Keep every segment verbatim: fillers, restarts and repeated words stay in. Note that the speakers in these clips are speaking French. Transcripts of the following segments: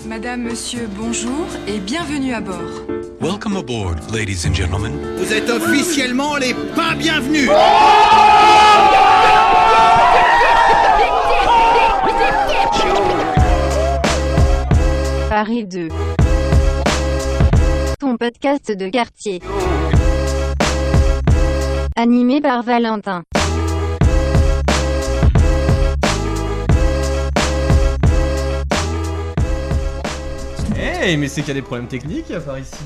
Madame, monsieur, bonjour et bienvenue à bord. Welcome aboard, ladies and gentlemen. Vous êtes officiellement les pas bienvenus. Paris deux. Ton podcast de quartier. Animé par Valentin. Hey, mais c'est qu'il y a des problèmes techniques par ici.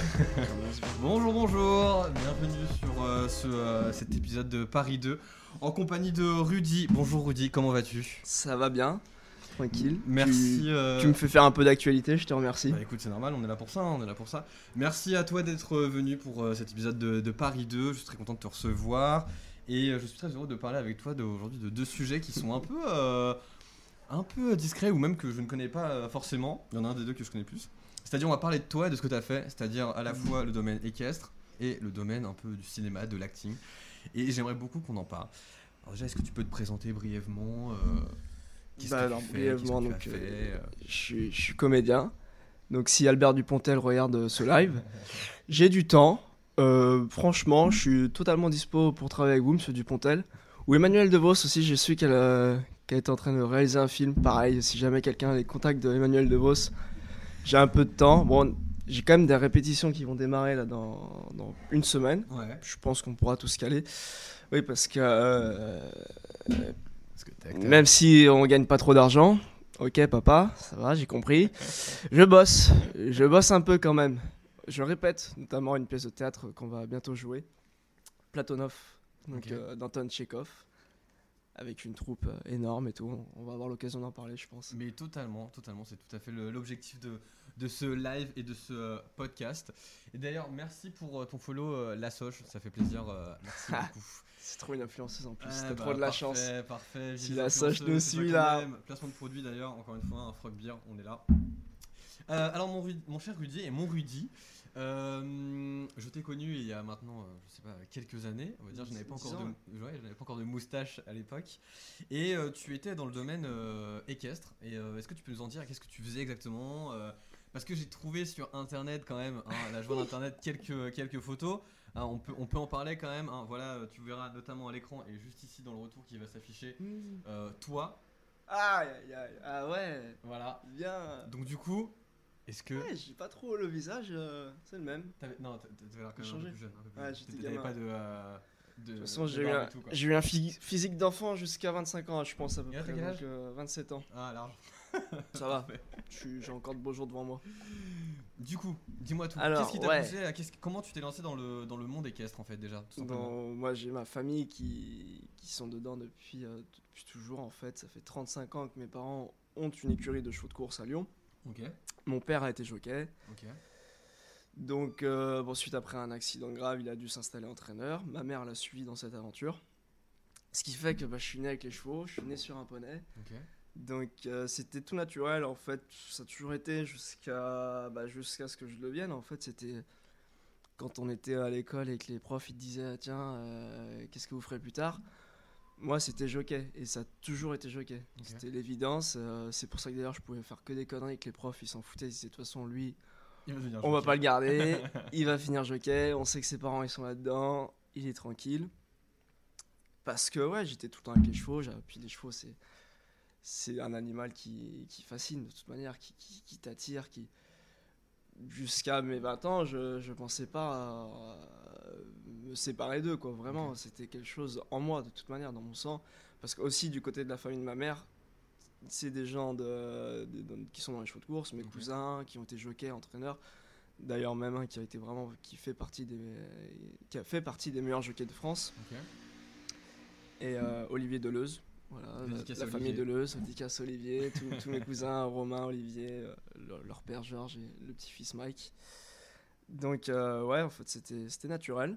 Bonjour, bonjour, bienvenue sur euh, ce, euh, cet épisode de Paris deux en compagnie de Rudy. Bonjour Rudy, comment vas-tu ? Ça va bien, tranquille. Merci. Tu, euh... tu me fais faire un peu d'actualité, je te remercie. Bah écoute, c'est normal, on est là pour ça, hein, on est là pour ça. Merci à toi d'être venu pour euh, cet épisode de, de Paris deux, je suis très content de te recevoir. Et euh, je suis très heureux de parler avec toi de, aujourd'hui de deux sujets qui sont un peu... Euh, un peu discret ou même que je ne connais pas forcément. Il y en a un des deux que je connais plus. C'est-à-dire, on va parler de toi et de ce que tu as fait, c'est-à-dire à la fois le domaine équestre et le domaine un peu du cinéma, de l'acting. Et j'aimerais beaucoup qu'on en parle. Alors déjà, est-ce que tu peux te présenter brièvement euh, qu'est-ce bah que alors, tu fais, brièvement, qu'est-ce que donc, tu as fait, euh, euh... je, suis, je suis comédien. Donc, si Albert Dupontel regarde ce live, j'ai du temps. Euh, franchement, je suis totalement dispo pour travailler avec vous, monsieur Dupontel. Ou Emmanuel DeVos aussi, j'ai su qu'elle, euh, qu'elle était en train de réaliser un film. Pareil, si jamais quelqu'un a les contacts de Emmanuel DeVos, j'ai un peu de temps. Bon, j'ai quand même des répétitions qui vont démarrer là dans, dans une semaine. Ouais. Je pense qu'on pourra tous caler. Oui, parce que, euh, Parce que t'as- t'as- même si on gagne pas trop d'argent, ok papa, ça va, j'ai compris. Je bosse, je bosse un peu quand même. Je répète notamment une pièce de théâtre qu'on va bientôt jouer, Platonov, donc Ok. euh, d'Anton Tchekhov, avec une troupe euh, énorme et tout. On va avoir l'occasion d'en parler, je pense. Mais totalement, totalement, c'est tout à fait le- l'objectif de, de ce live et de ce euh, podcast. Et d'ailleurs, merci pour euh, ton follow, euh, La Soche, ça fait plaisir, euh, merci beaucoup. C'est trop une influenceuse en plus, Ah, t'as bah, trop de la parfait, chance. Parfait, Si vive La l'influenceuse, Soche nous c'est suit, ça qu'on là. aime. Placement de produit d'ailleurs, encore une fois, un Frog Beer, on est là. Euh, alors mon, Ru- mon cher Rudy et mon Rudy, euh, je t'ai connu il y a maintenant, euh, je sais pas, quelques années. On va dire, je n'avais pas encore dix ans, de, ouais, je n'avais pas encore de moustache à l'époque. Et euh, tu étais dans le domaine euh, équestre. Et euh, est-ce que tu peux nous en dire qu'est-ce que tu faisais exactement euh, Parce que j'ai trouvé sur internet quand même, hein, la joie d'internet, quelques quelques photos. Hein, on peut on peut en parler quand même. Hein, voilà, tu verras notamment à l'écran et juste ici dans le retour qui va s'afficher. Euh, toi, Aïe aïe aïe, ah ouais, voilà. bien. Donc du coup, est-ce que Ouais, j'ai pas trop le visage, euh, c'est le même. t'avais, non, t'a- t'avais l'air quand même un Changé. peu plus jeune. Un peu plus Ouais, jeune. j'étais T'avais gamin. pas de, euh, de. De toute façon, de j'ai eu, barbe un, et tout, quoi. j'ai eu un phy- physique d'enfant jusqu'à vingt-cinq ans, je pense à peu Et là, près. t'as quel Donc âge euh, vingt-sept ans. Ah large. Ça va, Parfait. je suis- j'ai encore de beaux jours devant moi. Du coup, dis-moi tout. Alors, Qu'est-ce qui t'a ouais. poussé à, qu'est-ce- comment tu t'es lancé dans le dans le monde équestre en fait déjà tout simplement. Dans- moi, j'ai ma famille qui, qui sont dedans depuis, euh, depuis toujours en fait. Ça fait trente-cinq ans que mes parents ont une écurie de chevaux de course à Lyon. Ok. Mon père a été jockey. Ok. Donc, euh, bon, suite après un accident grave, il a dû s'installer entraîneur. Ma mère l'a suivi dans cette aventure. Ce qui fait que bah, je suis né avec les chevaux, je suis né sur un poney. Ok. Donc euh, c'était tout naturel en fait, ça a toujours été jusqu'à bah, jusqu'à ce que je le devienne en fait. C'était quand on était à l'école et que les profs ils te disaient ah, tiens euh, qu'est-ce que vous ferez plus tard. Moi c'était jockey et ça a toujours été jockey. Ok. C'était l'évidence, euh, c'est pour ça que d'ailleurs je pouvais faire que des conneries que les profs ils s'en foutaient, ils disaient de toute façon lui Il va devenir on va jockey. pas le garder, il va finir jockey, on sait que ses parents ils sont là-dedans, il est tranquille. Parce que ouais, j'étais tout le temps avec les chevaux, j'ai- puis les chevaux c'est c'est un animal qui, qui fascine de toute manière, qui, qui, qui t'attire, qui jusqu'à mes vingt ans, je je pensais pas à me séparer d'eux quoi, vraiment, Ok. c'était quelque chose en moi de toute manière dans mon sang parce que aussi du côté de la famille de ma mère, c'est des gens de, de- de- qui sont dans les chevaux de course, mes Ok. cousins qui ont été jockeys, entraîneurs. D'ailleurs même un qui a été vraiment qui fait partie des qui a fait partie des meilleurs jockeys de France Ok. et euh, Olivier Deleuze. Voilà, la, Dédicace la à famille Olivier. Deleuze, dédicace Olivier, tous, tous mes cousins, Romain, Olivier, euh, leur, leur père Georges et le petit-fils Mike. Donc euh, ouais, en fait, c'était, c'était naturel.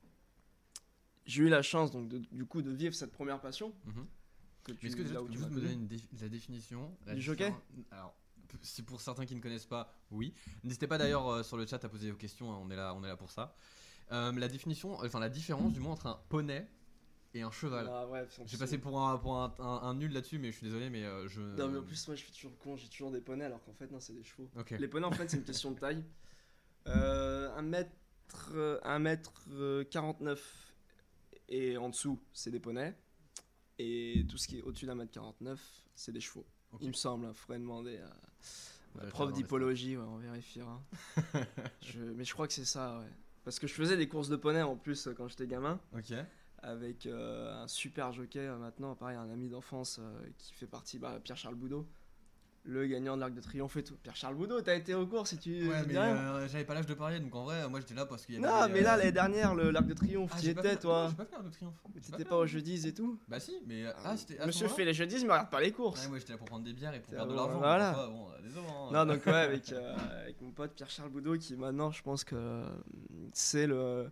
J'ai eu la chance donc de- du coup de vivre cette première passion. Mhm. Que Mais tu, est-ce que déjà là tu où peux tu juste m'as me donner connu. une défi- la définition la Du jockey différen- Alors, p- si pour certains qui ne connaissent pas, oui. N'hésitez pas d'ailleurs euh, sur le chat à poser vos questions, hein, on est là, on est là pour ça. Euh, la définition, enfin la différence du moins entre un poney et un cheval. Ah, ouais, J'ai passé pour un, pour un, un, un nul là-dessus, mais je suis désolé, mais euh, je. Non, mais en plus, moi je suis toujours con, j'ai toujours des poneys alors qu'en fait, non, c'est des chevaux. Ok. Les poneys, en fait, c'est une question de taille. Euh, un mètre, un mètre quarante-neuf et en dessous, c'est des poneys. Et tout ce qui est au-dessus d'un mètre quarante-neuf, c'est des chevaux. Ok. Il me semble, il faudrait demander à On la va prof faire d'hippologie, ouais, on vérifiera. je, mais je crois que c'est ça, ouais. Parce que je faisais des courses de poneys en plus euh, quand j'étais gamin. Ok. Avec euh, un super jockey euh, maintenant, pareil, un ami d'enfance euh, qui fait partie, bah, Pierre-Charles Boudot, le gagnant de l'Arc de Triomphe et tout. Pierre-Charles Boudot, t'as été aux courses si tu. Ouais, tu mais dis rien euh, j'avais pas l'âge de parier, donc en vrai, moi j'étais là parce qu'il y avait. Non, des, mais là, euh, l'année dernière, le- l'Arc de Triomphe, ah, tu j'ai pas étais, fait- toi. non, j'ai pas fait l'Arc de Triomphe. J'ai T'étais fait pas au l'Arc de- jeudis et tout. Bah si, mais euh, ah, c'était. à ce Monsieur moment-là fait les jeudis, mais regarde pas les courses. Ouais, moi j'étais là pour prendre des bières et pour C'est faire de bon, l'argent. voilà. Parfois, bon, euh, désolé. hein. Non, donc ouais, avec, euh, avec mon pote Pierre-Charles Boudot, qui maintenant, je pense que euh, c'est le.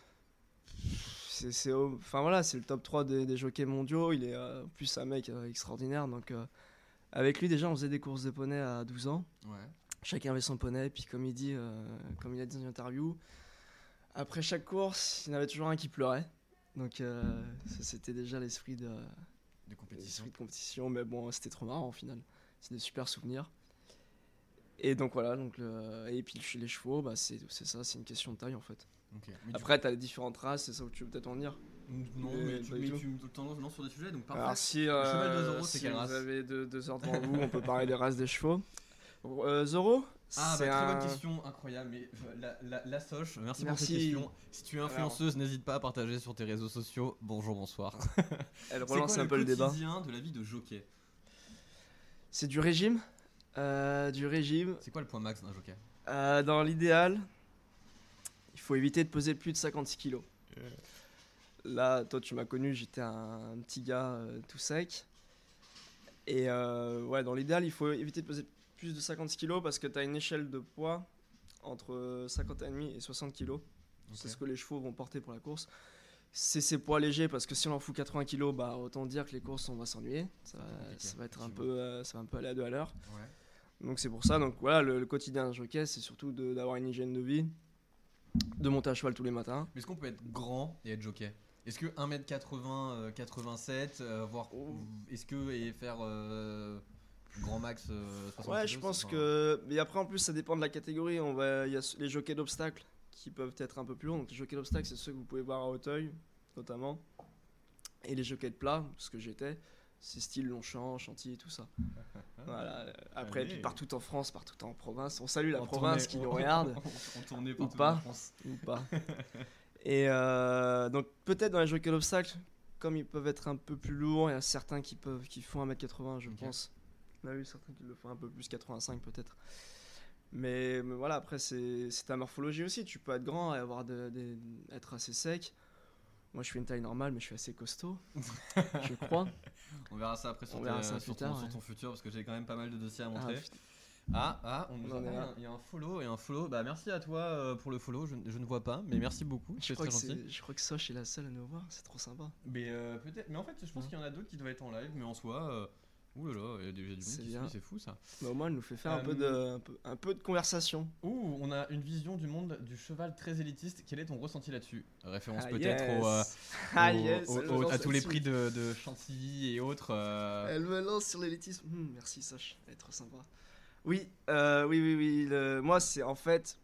C'est, c'est au- enfin voilà, c'est le top trois des, des jockeys mondiaux. Il est euh, en plus un mec euh, extraordinaire. Donc euh, avec lui, déjà, on faisait des courses de poney à douze ans. Ouais. Chacun avait son poney. Puis comme il dit, euh, comme il a dit dans une interview, après chaque course, il y en avait toujours un qui pleurait. Donc euh, ça, c'était déjà l'esprit de, De compétition. l'esprit de compétition. Mais bon, c'était trop marrant au final. C'est des super souvenirs. Et donc voilà, donc le... et puis les chevaux, bah, c'est, c'est ça, c'est une question de taille en fait. Ok. Mais du Après, t'as les différentes races, c'est ça où tu veux peut-être en venir. coup, non, mais mais tu, pas du mais tout. tu me tendance non sur des sujets, donc Alors parfait. si, Le cheval de euh, Zorro, c'est si quelle vous race avez deux, deux heures devant vous, on peut parler des races des chevaux. Euh, Zorro, Ah, c'est bah, très un... bonne question, incroyable. Mais euh, la, la, la Soche, merci, pour Merci. cette question. Si tu es influenceuse, n'hésite pas à partager sur tes réseaux sociaux. Bonjour, bonsoir. Elle C'est relance quoi un peu le débat. quotidien de la vie de jockey? C'est du régime. Euh, du régime. C'est quoi le point max d'un jockey? Euh, dans l'idéal, il faut éviter de peser plus de cinquante-six kilos. Là, toi, tu m'as connu, j'étais un, un petit gars euh, tout sec. Et euh, ouais, dans l'idéal, il faut éviter de peser plus de cinquante-six kilos parce que tu as une échelle de poids entre cinquante virgule cinq et soixante kilos. C'est ce que les chevaux vont porter pour la course. C'est ces poids légers parce que si on en fout quatre-vingts kilos, bah, autant dire que les courses, on va s'ennuyer. Ça, compliqué, ça va être un effectivement. peu, euh, ça va un peu aller à deux à l'heure. Ouais. Donc c'est pour ça, donc voilà, le, le quotidien d'un jockey, c'est surtout de- d'avoir une hygiène de vie, de monter à cheval tous les matins. Mais est-ce qu'on peut être grand et être jockey? Est-ce que un mètre quatre-vingts, euh, quatre-vingt-sept, euh, voire. Oh. Est-ce que. Et faire. euh, grand max euh, soixante Ouais, kilos, je pense c'est pas- que. Mais après, en plus, ça dépend de la catégorie. On va... Il y a les jockeys d'obstacles qui peuvent être un peu plus longs. Donc les jockeys d'obstacles, c'est ceux que vous pouvez voir à Hauteuil, notamment. Et les jockeys de plat, ce que j'étais, c'est style Longchamp, Chantilly, tout ça. Voilà. Après, Allez. puis partout en France, partout en province. On salue la En province tournée- qui nous on- regarde. On, on tournait Ou partout pas. en France. Ou pas. Et euh, donc peut-être dans les jockeys d'obstacles, comme ils peuvent être un peu plus lourds, il y a certains qui peuvent qui font un mètre quatre-vingts, je Ok. pense. On a eu certains qui le font un peu plus, quatre-vingt-cinq peut-être. Mais, mais voilà, après c'est c'est ta morphologie aussi. Tu peux être grand et avoir de, des- être assez sec. Moi je suis une taille normale, mais je suis assez costaud, je crois. On verra ça après sur, On tes- verra ça sur plus ton, tard, sur ouais. ton futur parce que j'ai quand même pas mal de dossiers à Ah, montrer. putain. Ah, ah, on nous On en a- est ah, là. il y a un follow et un follow. Bah merci à toi euh, pour le follow. Je, je ne vois pas, mais merci beaucoup. je, C'est crois très que gentil. c'est- je crois que Soch est la seule à nous voir, c'est trop sympa. Mais euh, peut-être. Mais en fait, je pense Ouais. qu'il y en a d'autres qui doivent être en live, mais en soi. Euh... Ouh là là, il y a du, il y a du monde C'est qui bien. suit, c'est fou ça. Mais au moins elle nous fait faire un, Euh, peu de, un, peu, un peu de conversation. Ouh, on a une vision du monde du cheval très élitiste. Quel est ton ressenti là-dessus? Référence Ah, peut-être yes. au, euh, Ah, au- yes, au- elle au- me à lance tous les là-dessus. prix de, de Chantilly et autres. euh, Elle me lance sur l'élitisme. Hum, merci Soch, elle est trop sympa. Oui, euh, oui, oui, oui. le- Moi, c'est en fait.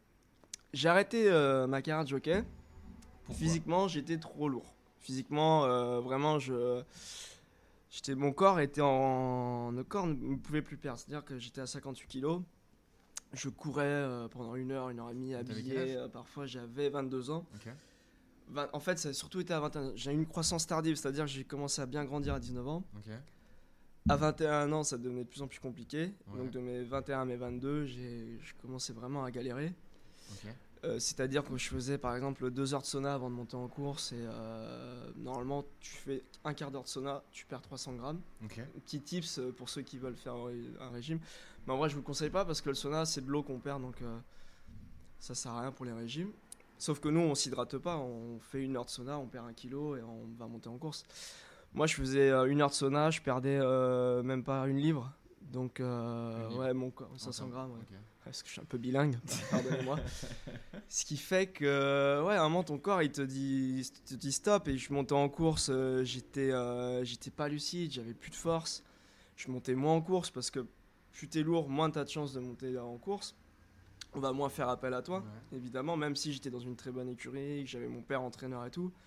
J'ai arrêté euh, ma carrière de jockey. pourquoi Physiquement, j'étais trop lourd. Physiquement, euh, vraiment, je. J'étais, mon corps était en. Le corps ne pouvait plus perdre. C'est-à-dire que j'étais à cinquante-huit kilos. Je courais euh, pendant une heure, une heure et demie, T'avais quel habillé. âge euh, parfois, j'avais vingt-deux ans. Ok. vingt En fait, ça a surtout été à vingt et un ans. J'ai eu une croissance tardive, c'est-à-dire que j'ai commencé à bien grandir à dix-neuf ans. Ok. À vingt et un ans, ça devenait de plus en plus compliqué. Ouais. Donc de mes vingt et un à mes vingt-deux, j'ai je commençais vraiment à galérer. Ok. Euh, C'est-à-dire que je faisais par exemple deux heures de sauna avant de monter en course. Et euh, normalement, tu fais un quart d'heure de sauna, tu perds trois cents grammes. Ok. Petit tips euh, pour ceux qui veulent faire un régime. Mais en vrai, je vous le conseille pas parce que le sauna, c'est de l'eau qu'on perd. Donc euh, ça sert à rien pour les régimes. Sauf que nous, on s'hydrate pas. On fait une heure de sauna, on perd un kilo et on va monter en course. Moi, je faisais euh, une heure de sauna, je perdais euh, même pas une livre. Donc, euh, Une livre. ouais, mon corps, cinq cents Encore. grammes, ouais. Ok. Parce que je suis un peu bilingue, pardonnez-moi. Ce qui fait que, ouais, à un moment, ton corps, il te dit, il te dit stop. Et je montais en course, euh, j'étais, euh, j'étais pas lucide, j'avais plus de force. Je montais moins en course parce que plus t'es lourd, moins t'as de chance de monter en course. On va moins faire appel à toi, Ouais. évidemment, même si j'étais dans une très bonne écurie, que j'avais mon père entraîneur et tout.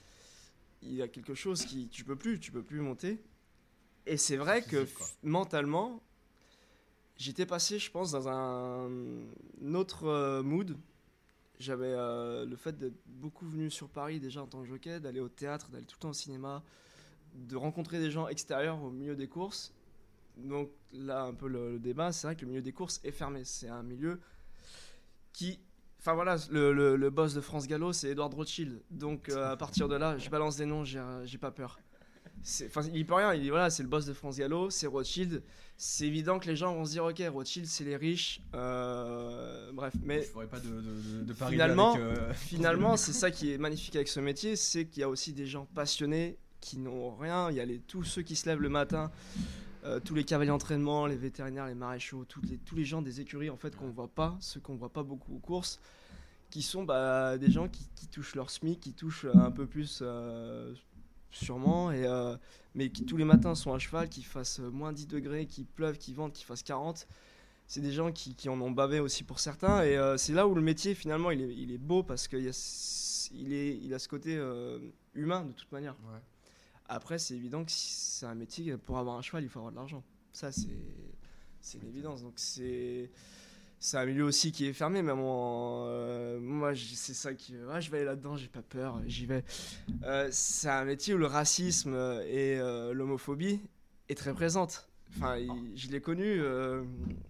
Il y a quelque chose qui, tu peux plus, tu peux plus monter. Et c'est vrai C'est que physique, quoi. f- mentalement, j'étais passé, je pense, dans un, un autre euh, mood. J'avais euh, le fait d'être beaucoup venu sur Paris déjà en tant que jockey, d'aller au théâtre, d'aller tout le temps au cinéma, de rencontrer des gens extérieurs au milieu des courses. Donc là, un peu le, le débat, c'est vrai que le milieu des courses est fermé. C'est un milieu qui... Enfin voilà, le, le, le boss de France Gallo, c'est Edward Rothschild. Donc euh, à partir de là, je balance des noms, j'ai, j'ai pas peur. C'est- Enfin, il peut rien, il dit voilà, c'est le boss de France Gallo, c'est Rothschild. C'est évident que les gens vont se dire, ok, Rothschild, c'est les riches. Euh, bref, mais Je ferais pas de, de, de, de pari Finalement- avec, euh, finalement, c'est ça qui est magnifique avec ce métier, c'est qu'il y a aussi des gens passionnés qui n'ont rien. Il y a les, tous ceux qui se lèvent le matin, euh, tous les cavaliers d'entraînement, les vétérinaires, les maréchaux, toutes les, tous les gens des écuries en fait qu'on voit pas, ceux qu'on voit pas beaucoup aux courses, qui sont bah, des gens qui, qui touchent leur SMIC, qui touchent euh, un peu plus euh, sûrement, et, euh, mais qui tous les matins sont à cheval, qui fassent euh, moins dix degrés, qui pleuve, qui vente, qui fassent quarante. C'est des gens qui, qui en ont bavé aussi pour certains, et euh, c'est là où le métier finalement il est, il est beau parce qu'il y a, c- il est, il a ce côté euh, humain de toute manière. Ouais. Après, c'est évident que si c'est un métier, pour avoir un cheval, il faut avoir de l'argent. Ça, c'est, c'est une évidence. Donc, c'est, c'est un milieu aussi qui est fermé. Mais moi, euh, moi j- c'est ça qui. Ouais, je vais aller là-dedans, j'ai pas peur, j'y vais. Euh, c'est un métier où le racisme et euh, l'homophobie est très présente. Enfin, il- je l'ai connu. euh,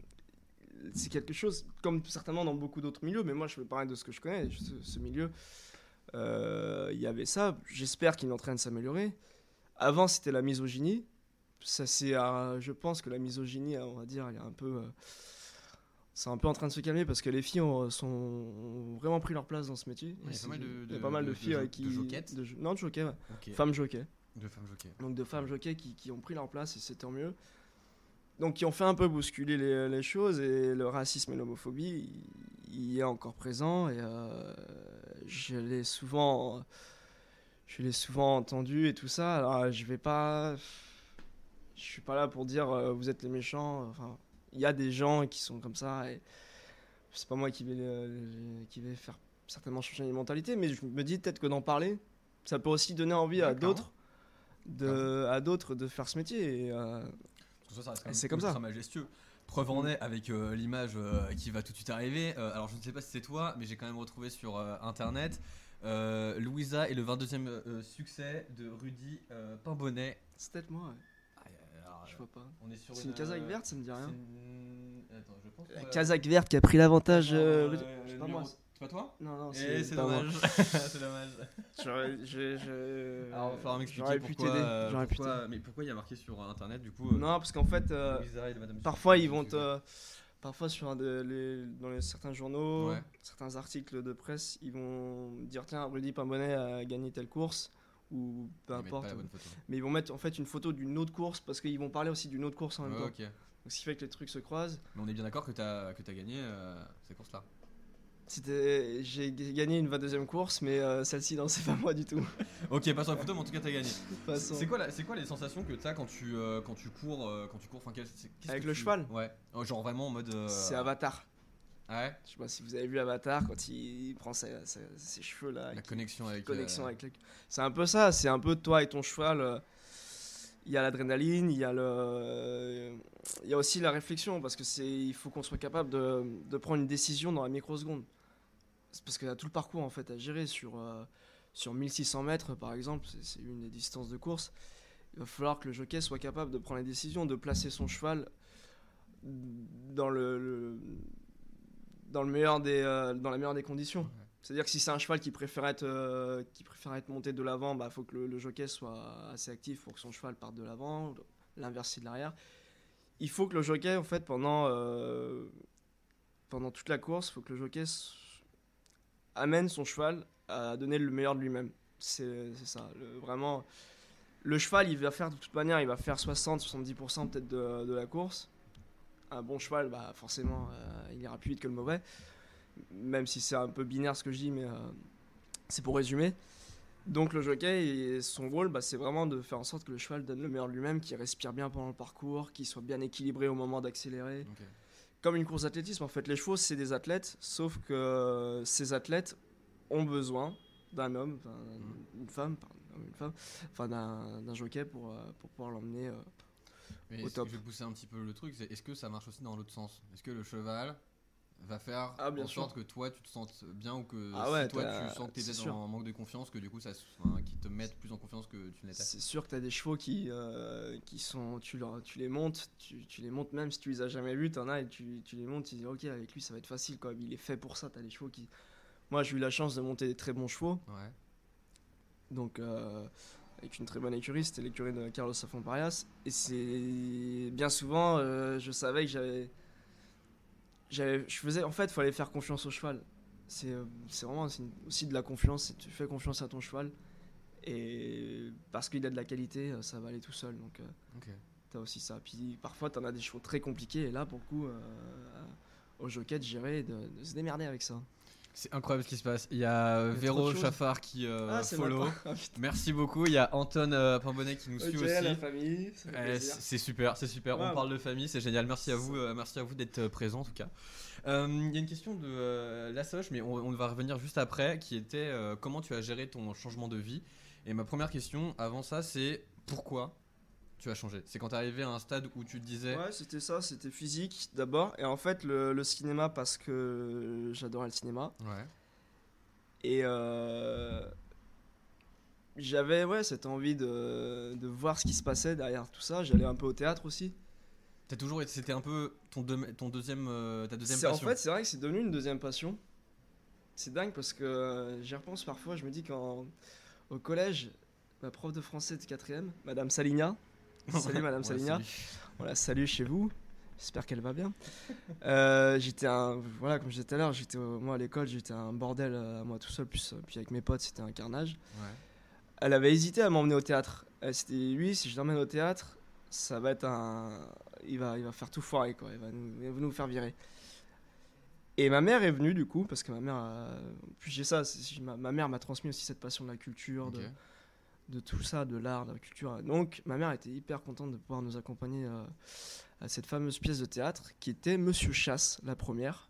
c'est quelque chose, comme certainement dans beaucoup d'autres milieux, mais moi, je peux parler de ce que je connais, ce, ce milieu. Euh, Il y avait ça. J'espère qu'il est en train de s'améliorer. Avant, c'était la misogynie. Ça, c'est, euh, je pense que la misogynie, on va dire, elle est un peu, euh, c'est un peu en train de se calmer parce que les filles ont, sont, ont vraiment pris leur place dans ce métier. Il y a Et pas mal c'est- de- il y a de- pas mal de, de- filles de ouais, jo- qui, de joquettes de jo- non, de jockeys, ouais. Ok. Femmes jockeys. De femmes jockeys. Donc de femmes jockeys qui, qui ont pris leur place et c'est tant mieux. Donc qui ont fait un peu bousculer les, les choses et le racisme et l'homophobie, il, il est encore présent et euh, je l'ai souvent, je l'ai souvent entendu et tout ça. Alors je vais pas, je suis pas là pour dire euh, vous êtes les méchants. Enfin, il y a des gens qui sont comme ça et c'est pas moi qui vais, les- qui vais faire certainement changer les mentalités, mais je me dis peut-être que d'en parler, ça peut aussi donner envie à Ouais, clairement. d'autres de, à d'autres de faire ce métier. Et, euh, Parce que ça, ça reste quand Et même c'est comme ultra ça. majestueux. Preuve en est avec euh, l'image euh, qui va tout de suite arriver. Euh, alors je ne sais pas si c'est toi, mais j'ai quand même retrouvé sur euh, internet euh, Louisa et le vingt-deuxième euh, succès de Rudy euh, Pimbonnet. c'est peut-être moi, ouais. Ah, euh, alors, Je euh, vois pas. on est sur C'est une casaque verte, ça me dit c'est rien. une- Attends, je pense. La que- casaque verte qui a pris l'avantage. Euh, euh, euh, c'est le pas numéro- moi. C'est pas toi Non, non, Eh, c'est, c'est pas moi. dommage. C'est dommage. J'aurais, je, je- Alors, il va falloir m'expliquer j'aurais pu pourquoi, t'aider. euh, J'aurais pu pourquoi- t'aider. mais pourquoi il y a marqué sur internet du coup euh, Non, parce qu'en fait, euh, Louisa et le Madame parfois Succès, ils vont succès. te. Parfois, sur un de- les, dans les, certains journaux, Ouais. certains articles de presse, ils vont dire tiens, Rudy Pimbonnet a gagné telle course, ou peu Ils mettent importe. pas la bonne photo. Mais ils vont mettre en fait une photo d'une autre course parce qu'ils vont parler aussi d'une autre course en même Ouais, temps. ok. Donc, ce qui fait que les trucs se croisent. Mais on est bien d'accord que t'as que t'as gagné euh, ces courses-là. C'était, j'ai g- gagné une vingt-deuxième course, mais euh, celle-ci, non, c'est pas moi du tout. Ok, pas sur la photo, mais en tout cas t'as gagné. Passons. C'est quoi, la- c'est quoi les sensations que t'as quand tu euh, quand tu cours euh, quand tu cours enfin, quel- c'est- qu'est-ce Avec que le tu- cheval Ouais. Oh, genre vraiment en mode. euh, C'est Avatar. Ah ouais. Je sais pas si vous avez vu Avatar quand il prend ses, ses- ses cheveux là. La qui- connexion avec. connexion euh, avec le... C'est un peu ça, c'est un peu toi et ton cheval. euh, Il y a l'adrénaline, il y a le, il y a aussi la réflexion parce que c'est, il faut qu'on soit capable de, de prendre une décision dans la microseconde. C'est parce qu'il y a tout le parcours en fait à gérer sur euh, sur mille six cents mètres par exemple, c'est, c'est une des distances de course. Il va falloir que le jockey soit capable de prendre les décisions, de placer son cheval dans le, le- dans le meilleur des euh, dans la meilleure des conditions. C'est-à-dire que si c'est un cheval qui préfère être, euh, qui préfère être monté de l'avant, il bah, faut que le, le jockey soit assez actif pour que son cheval parte de l'avant, l'inverse c'est de l'arrière. Il faut que le jockey, en fait, pendant, euh, pendant toute la course, il faut que le jockey s- amène son cheval à donner le meilleur de lui-même. C'est, c'est ça, le- vraiment. Le cheval, il va faire de toute manière, il va faire soixante à soixante-dix pour cent peut-être de, de la course. un bon cheval, bah forcément, euh, il ira plus vite que le mauvais. Même si c'est un peu binaire ce que je dis, mais euh, c'est pour résumer. Donc le jockey, et son rôle, bah, c'est vraiment de faire en sorte que le cheval donne le meilleur de lui-même, qu'il respire bien pendant le parcours, qu'il soit bien équilibré au moment d'accélérer. Ok. Comme une course d'athlétisme, en fait, les chevaux, c'est des athlètes, sauf que euh, ces athlètes ont besoin d'un homme, enfin, Mm. une femme, pardon, une femme, enfin d'un, d'un jockey pour, euh, pour pouvoir l'emmener euh, Mais au est-ce- top. je vais pousser un petit peu le truc. c'est- Est-ce que ça marche aussi dans l'autre sens? Est-ce que le cheval va faire Ah, bien en sorte sûr. que toi tu te sentes bien ou que Ah ouais, si toi t'as- tu sens que t'es c'est peut-être sûr. en manque de confiance, que du coup ça, se- enfin, qui te mette plus en confiance que tu n'étais. C'est sûr que tu as des chevaux qui, euh, qui sont. Tu, leur- tu les montes, tu, tu les montes même si tu les as jamais vus, t'en as et tu, tu les montes, tu dis ok, avec lui ça va être facile quoi. Il est fait pour ça, tu as des chevaux qui. Moi j'ai eu la chance de monter des très bons chevaux, Ouais. donc euh, avec une très bonne écurie, c'était l'écurie de Carlos Safon Parias. Et c'est. Bien souvent, euh, je savais que j'avais. j'avais je faisais. En fait, il fallait faire confiance au cheval. C'est euh, c'est vraiment c'est une- aussi de la confiance, c'est- tu fais confiance à ton cheval. Et parce qu'il a de la qualité, euh, ça va aller tout seul. Donc euh, Ok. t'as aussi ça. Puis parfois t'en as des chevaux très compliqués et là pour le coup, euh, au jockey de gérer et de, de se démerder avec ça. C'est incroyable ce qui se passe. Il y a euh, Il y a Véro trop de choses. Chaffard qui euh, ah c'est follow. maintenant. Ah, putain. Merci beaucoup. Il y a Anton euh, Pambonnet qui nous suit Ok, aussi. la famille, ça fait Ouais, plaisir. c'est c'est super, c'est super. Ouais. On parle de famille, c'est génial. Merci à vous, euh, merci à vous d'être euh, présent en tout cas. Euh, Il y a une question de euh, la Soche, mais on, on va revenir juste après, qui était euh, comment tu as géré ton changement de vie. Et ma première question, avant ça, c'est pourquoi tu as changé. C'est quand tu es arrivé à un stade où tu te disais. Ouais, c'était ça, c'était physique d'abord. Et en fait, le, le cinéma, parce que j'adorais le cinéma. Ouais. Et euh, j'avais ouais, cette envie de, de voir ce qui se passait derrière tout ça. J'allais un peu au théâtre aussi. T'as toujours été, c'était un peu ton, deux- ton deuxième, euh, ta deuxième C'est- en passion. fait, c'est vrai que c'est devenu une deuxième passion. C'est dingue parce que euh, j'y repense parfois. Je me dis qu'au collège, ma prof de français de quatrième, Madame Saligna, salut Madame Ouais, Saligna, salut. on la salue chez vous. J'espère qu'elle va bien. Euh, j'étais un, voilà, comme je disais tout à l'heure, j'étais au- moi à l'école, j'étais un bordel euh, à moi tout seul, plus, puis avec mes potes, c'était un carnage. Ouais. Elle avait hésité à m'emmener au théâtre. Elle s'était dit, lui, si je l'emmène au théâtre, ça va être un, il va, il va faire tout foirer quoi, il va nous, il va nous faire virer. Et ma mère est venue du coup, parce que ma mère, a... puis j'ai ça, c'est- ma, ma mère m'a transmis aussi cette passion de la culture, Ok. de, de tout ça, de l'art, de la culture. Donc ma mère était hyper contente de pouvoir nous accompagner euh, à cette fameuse pièce de théâtre qui était Monsieur Chasse, la première.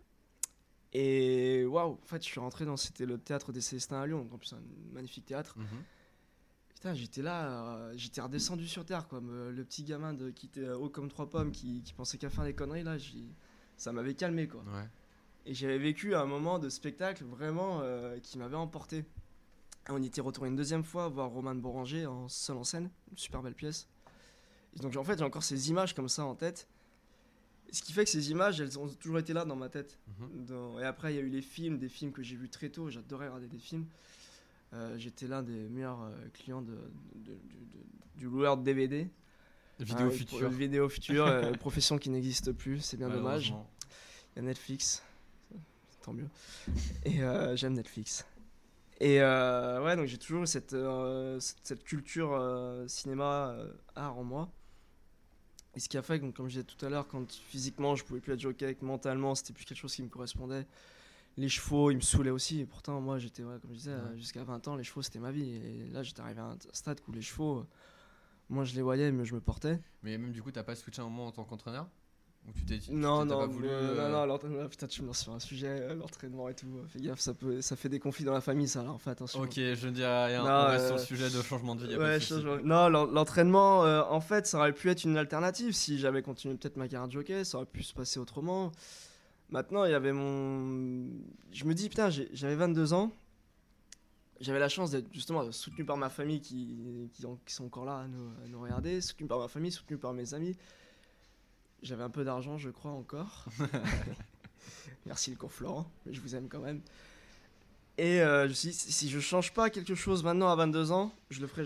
Et waouh, en fait, je suis rentré dans, c'était le théâtre des Célestins à Lyon, donc en plus un magnifique théâtre. Mhm. Putain, j'étais là, euh, j'étais redescendu sur terre, quoi. Me- le petit gamin de, qui était haut comme trois pommes, qui, qui pensait qu'à faire des conneries, là, j'y- ça m'avait calmé, quoi. Ouais. Et j'avais vécu un moment de spectacle vraiment euh, qui m'avait emporté. On y était retourné une deuxième fois voir Romain de Boranger en seul en scène, une super belle pièce. Et donc en fait j'ai encore ces images comme ça en tête. Et ce qui fait que ces images elles ont toujours été là dans ma tête. Mhm. Dans- Et après il y a eu les films, des films que j'ai vus très tôt, j'adorais regarder des films. Euh, J'étais l'un des meilleurs euh, clients de, de- de- de- du loueur de D V D. Vidéo Ah, future. pour- Vidéo future, euh, profession qui n'existe plus, c'est bien dommage. Malheureusement. Il y a Netflix, tant mieux. Et euh, j'aime Netflix. Et euh, ouais, donc j'ai toujours eu cette, euh, cette, cette culture euh, cinéma, euh, art en moi. Et ce qui a fait que, donc, comme je disais tout à l'heure, quand physiquement je pouvais plus être jockey, que mentalement c'était plus quelque chose qui me correspondait. Les chevaux, ils me saoulaient aussi. Et pourtant, moi, j'étais, ouais, comme je disais, Ouais. euh, jusqu'à vingt ans, les chevaux c'était ma vie. Et là, j'étais arrivé à un stade où les chevaux, euh, moi je les voyais, mais je me portais. Mais même du coup, t'as pas switché un moment en tant qu'entraîneur? Ou tu t'es tu- Non, t'as non, pas voulu. euh, euh, non, non, l'entraînement, putain, tu me lances sur un sujet, euh, l'entraînement et tout. euh, Fais gaffe, ça, peut, ça fait des conflits dans la famille, ça, alors fais attention. Ok, je ne dis rien. Non, on reste euh, sur le sujet de changement de vie. y a pas Ouais, de je- souci. je- non, l'en- l'entraînement, euh, en fait, ça aurait pu être une alternative si j'avais continué peut-être ma carrière de jockey, ça aurait pu se passer autrement. Maintenant, il y avait mon. Je me dis, putain, j'ai- j'avais vingt-deux ans. J'avais la chance d'être justement soutenu par ma famille qui, qui, en- qui sont encore là à nous, à nous regarder, soutenu par ma famille, soutenu par mes amis. J'avais un peu d'argent, je crois, encore. Merci le cours Florent, mais je vous aime quand même. Et euh, je me suis dit, si si je change pas quelque chose maintenant à vingt-deux ans, je le ferai jamais.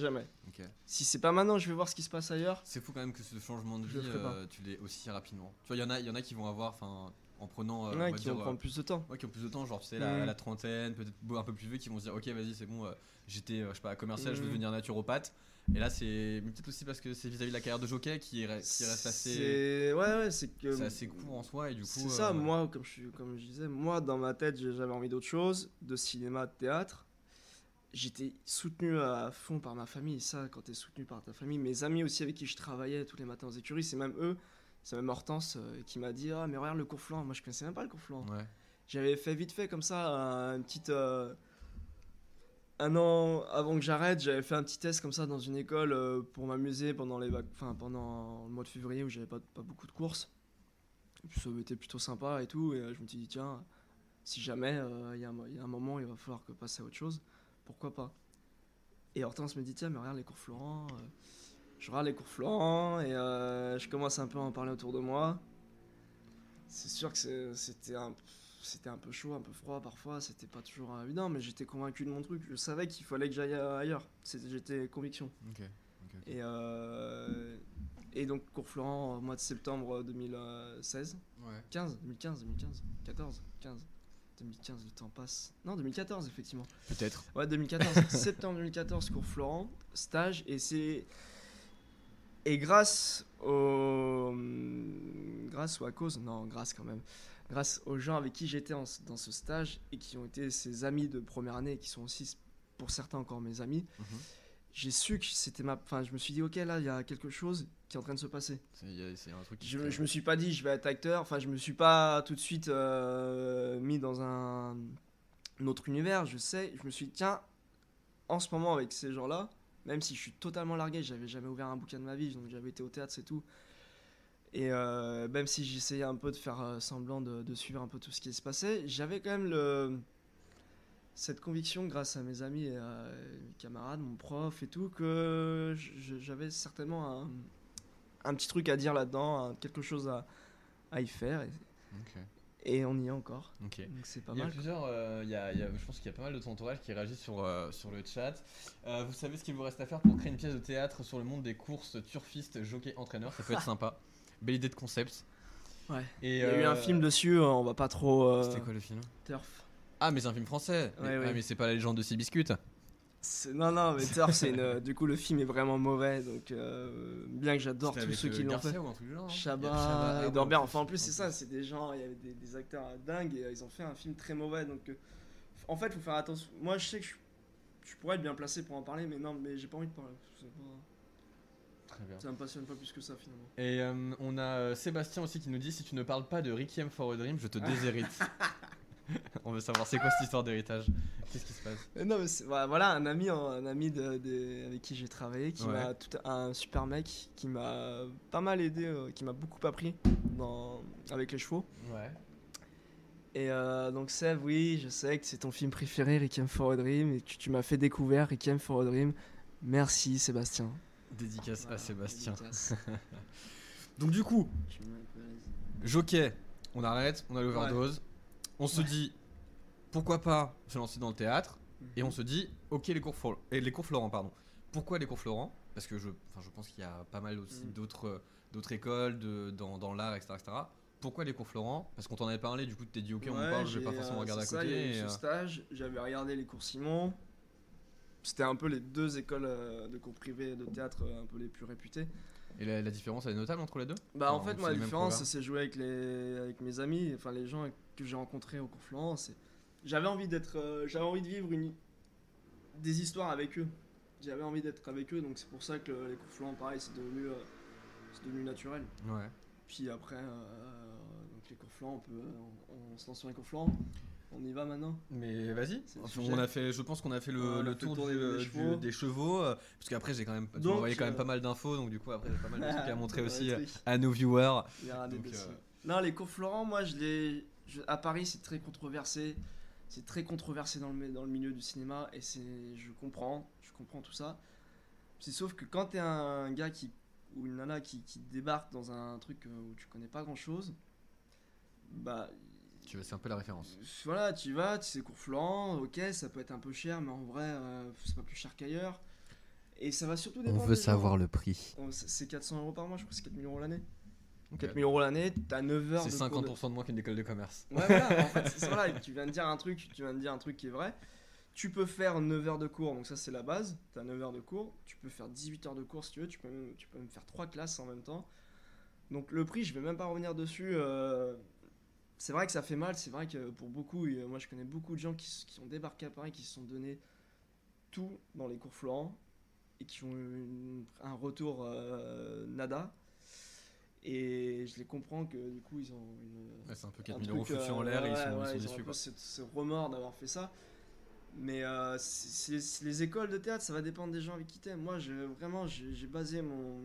Ok. Si c'est pas maintenant, je vais voir ce qui se passe ailleurs. C'est fou quand même que ce changement de Je le vie, ferai pas. euh, tu l'aies aussi rapidement. Tu vois, il y en a, il y en a qui vont avoir, enfin, en prenant, euh, Ouais, on va qui dire, vont euh, prendre plus de temps. ouais, qui ont plus de temps, genre tu sais, la, Mhm. la trentaine, peut-être un peu plus vieux, qui vont se dire, ok, vas-y, c'est bon, euh, j'étais, euh, je sais pas, commercial, je veux Mhm. devenir naturopathe. Et là, c'est mais peut-être aussi parce que c'est vis-à-vis de la carrière de jockey qui, re- qui reste assez, C'est ouais, ouais, c'est que c'est assez court en soi, et du coup. C'est ça, euh, moi, comme je, suis- comme je disais, moi, dans ma tête, j'ai- j'avais envie d'autre chose, de cinéma, de théâtre. J'étais soutenu à fond par ma famille, et ça, quand t'es soutenu par ta famille, mes amis aussi avec qui je travaillais tous les matins aux écuries, c'est même eux, c'est même Hortense euh, qui m'a dit « Ah, mais regarde le cours Florent », moi je connaissais même pas le cours Florent. Ouais. J'avais fait vite fait comme ça, un petit... euh, un an avant que j'arrête, j'avais fait un petit test comme ça dans une école euh, pour m'amuser pendant les vac- enfin, pendant le mois de février où j'avais pas, pas beaucoup de courses. Et puis ça avait été plutôt sympa et tout, et euh, je me suis dit tiens, si jamais euh, il y, a un- il y a un moment il va falloir que passer à autre chose, pourquoi pas. Et Hortense me dit tiens mais regarde les cours Florent, euh, je regarde les cours Florent et euh, je commence un peu à en parler autour de moi. C'est sûr que c'est- c'était un, c'était un peu chaud, un peu froid parfois, c'était pas toujours euh, évident, mais j'étais convaincu de mon truc, je savais qu'il fallait que j'aille euh, ailleurs, C'était- j'étais conviction. Ok. ok, ok. Et, euh, et donc cours Florent au mois de septembre deux mille seize. Ouais. quinze, deux mille quinze, deux mille quinze, quatorze, quinze, deux mille quinze, le temps passe. Non, deux mille quatorze, effectivement. Peut-être. Ouais, deux mille quatorze, septembre deux mille quatorze, cours Florent, stage, et c'est. Et grâce au. Grâce ou à cause, non, grâce quand même. Grâce aux gens avec qui j'étais en- dans ce stage et qui ont été ses amis de première année et qui sont aussi, pour certains, encore mes amis, Mhm. j'ai su que c'était ma. Enfin, je me suis dit, ok, là, il y a quelque chose qui est en train de se passer. C'est y a- c'est un truc qui. Je, te- je me suis pas dit je vais être acteur, enfin je me suis pas tout de suite euh, mis dans un, un autre univers, je sais, je me suis dit tiens, en ce moment avec ces gens-là, même si je suis totalement largué, j'avais jamais ouvert un bouquin de ma vie, donc j'avais été au théâtre, c'est tout. Et euh, même si j'essayais un peu de faire euh, semblant de, de suivre un peu tout ce qui se passait, j'avais quand même le, cette conviction grâce à mes amis et à mes camarades, mon prof et tout, que je- j'avais certainement un, un petit truc à dire là-dedans, un- quelque chose à, à y faire. Et, Ok. et on y est encore. Ok. Donc c'est pas Il y a mal. plusieurs, euh, il y a- il y a- je pense qu'il y a pas mal de ton entourage qui réagit sur, euh, sur le chat. Euh, vous savez ce qu'il vous reste à faire pour créer une pièce de théâtre sur le monde des courses turfistes, jockey, entraîneur, ça peut être sympa. Belle idée de concept. Ouais. Et, Il y a eu euh, un film dessus, on va pas trop. euh, C'était quoi le film? Turf. Ah, mais c'est un film français. Ouais, mais, ouais. ah, mais c'est pas la légende de Seabiscuit. C'est- Non, non, mais Turf, c'est une. euh, Du coup, le film est vraiment mauvais, donc euh, bien que j'adore C'était tous avec, ceux euh, qui l'ont Garcia fait. ou un truc du genre, non Il y a Chabat, Chabat, et ah, Dorbert. ouais, Enfin, en plus, c'est en ça, c'est des gens, il y avait des, des acteurs dingues et euh, ils ont fait un film très mauvais. Donc, euh, en fait, faut faire attention. Moi, je sais que je, je pourrais être bien placé pour en parler, mais non, mais j'ai pas envie de parler. C'est pas- Très bien. Ça me passionne pas plus que ça, finalement. Et euh, on a euh, Sébastien aussi qui nous dit si tu ne parles pas de Requiem for a Dream, je te déshérite. On veut savoir c'est quoi cette histoire d'héritage. Qu'est-ce qui se passe? Euh, Non, mais c'est- voilà, voilà, un ami, un ami de, de- avec qui j'ai travaillé, qui Ouais. m'a tout un super mec, qui m'a pas mal aidé, euh, qui m'a beaucoup appris dans, avec les chevaux. Ouais. Et euh, donc Seb, oui, je sais que c'est ton film préféré, Requiem for a Dream, et que tu m'as fait découvrir Requiem for a Dream. Merci Sébastien. Dédicace Voilà, à Sébastien. dédicace. Donc du coup, Je me mets un peu à l'aise. jockey, on arrête, on a l'overdose. On se dit pourquoi pas se lancer dans le théâtre. Et on se dit ok les cours, Flo- et les cours Florent pardon. Pourquoi les cours Florent? Parce que je, enfin, je pense qu'il y a pas mal aussi Mm. d'autres, d'autres écoles de, dans, dans l'art, et cetera, et cetera. Pourquoi les cours Florent? Parce qu'on t'en avait parlé, du coup tu t'es dit ok on en Ouais, parle, je vais j'ai, pas forcément euh, regarder à c'est ça, il y a côté. eu et, ce euh, stage, j'avais regardé les cours Simon. C'était un peu les deux écoles euh, de cours privés de théâtre euh, un peu les plus réputées. et la, la différence elle est notable entre les deux? Bah en Enfin, fait c'est moi la les mêmes différence programmes. ça s'est joué avec les avec mes amis, enfin les gens que j'ai rencontrés au cours Florent, c'est j'avais envie d'être euh, j'avais envie de vivre une des histoires avec eux. J'avais envie d'être avec eux, donc c'est pour ça que le- les cours Florent pareil, c'est devenu euh, c'est devenu naturel. Ouais. Puis après euh, donc les cours Florent, on peut on, on se lance sur les cours Florent. On y va maintenant. Mais vas-y, C'est le Enfin, sujet. on a fait, je pense qu'on a fait le, Ouais, on a le fait tour le tour du- des- des du- chevaux. des chevaux, euh, parce qu'après j'ai quand même, tu Donc, m'envoyais quand même euh, pas mal d'infos, donc du coup après j'ai pas mal de trucs à montrer Ouais, aussi euh, truc. à nos viewers. Il y a un des Donc, dessus. euh, Non, les cours Florent, moi, je les. je- À Paris, c'est très controversé. C'est très controversé dans le, dans le milieu du cinéma. Et c'est. Je comprends. Je comprends tout ça. C'est sauf que quand t'es un gars qui. Ou une nana qui, qui débarque dans un truc euh, où tu connais pas grand chose. Bah. Tu vois, c'est un peu la référence. Voilà, tu y vas, tu sais cours Florent. Ok, ça peut être un peu cher, mais en vrai, euh, c'est pas plus cher qu'ailleurs. Et ça va surtout On dépendre. veut des gens. savoir le prix. On- c'est c'est quatre cents euros par mois, je crois que c'est quatre mille euros l'année. Ok. quatre mille euros l'année, t'as neuf heures C'est de cinquante cours pour cent de moins qu'une école de commerce. de... Ouais, voilà, en fait, c'est ça, voilà, tu viens de dire un truc, tu viens de dire un truc qui est vrai. Tu peux faire neuf heures de cours, donc ça c'est la base, t'as neuf heures de cours. Tu peux faire dix-huit heures de cours si tu veux, tu peux même, tu peux même faire trois classes en même temps. Donc le prix, je vais même pas revenir dessus. euh, C'est vrai que ça fait mal, c'est vrai que pour beaucoup, euh, moi je connais beaucoup de gens qui, s- qui ont débarqué à Paris, qui se sont donné tout dans les cours Florent et qui ont eu une- un retour euh, nada. Et je les comprends que du coup ils ont une, Ouais, c'est un peu un quatre mille truc, euros foutus en euh, l'air et ils ouais, sont, ouais, ils sont ils ont déçus un peu quoi. ce, ce remords d'avoir fait ça. Mais euh, c'est- c'est- c'est les écoles de théâtre, ça va dépendre des gens avec qui t'aimes. Moi, je, vraiment, j'ai j'ai basé mon.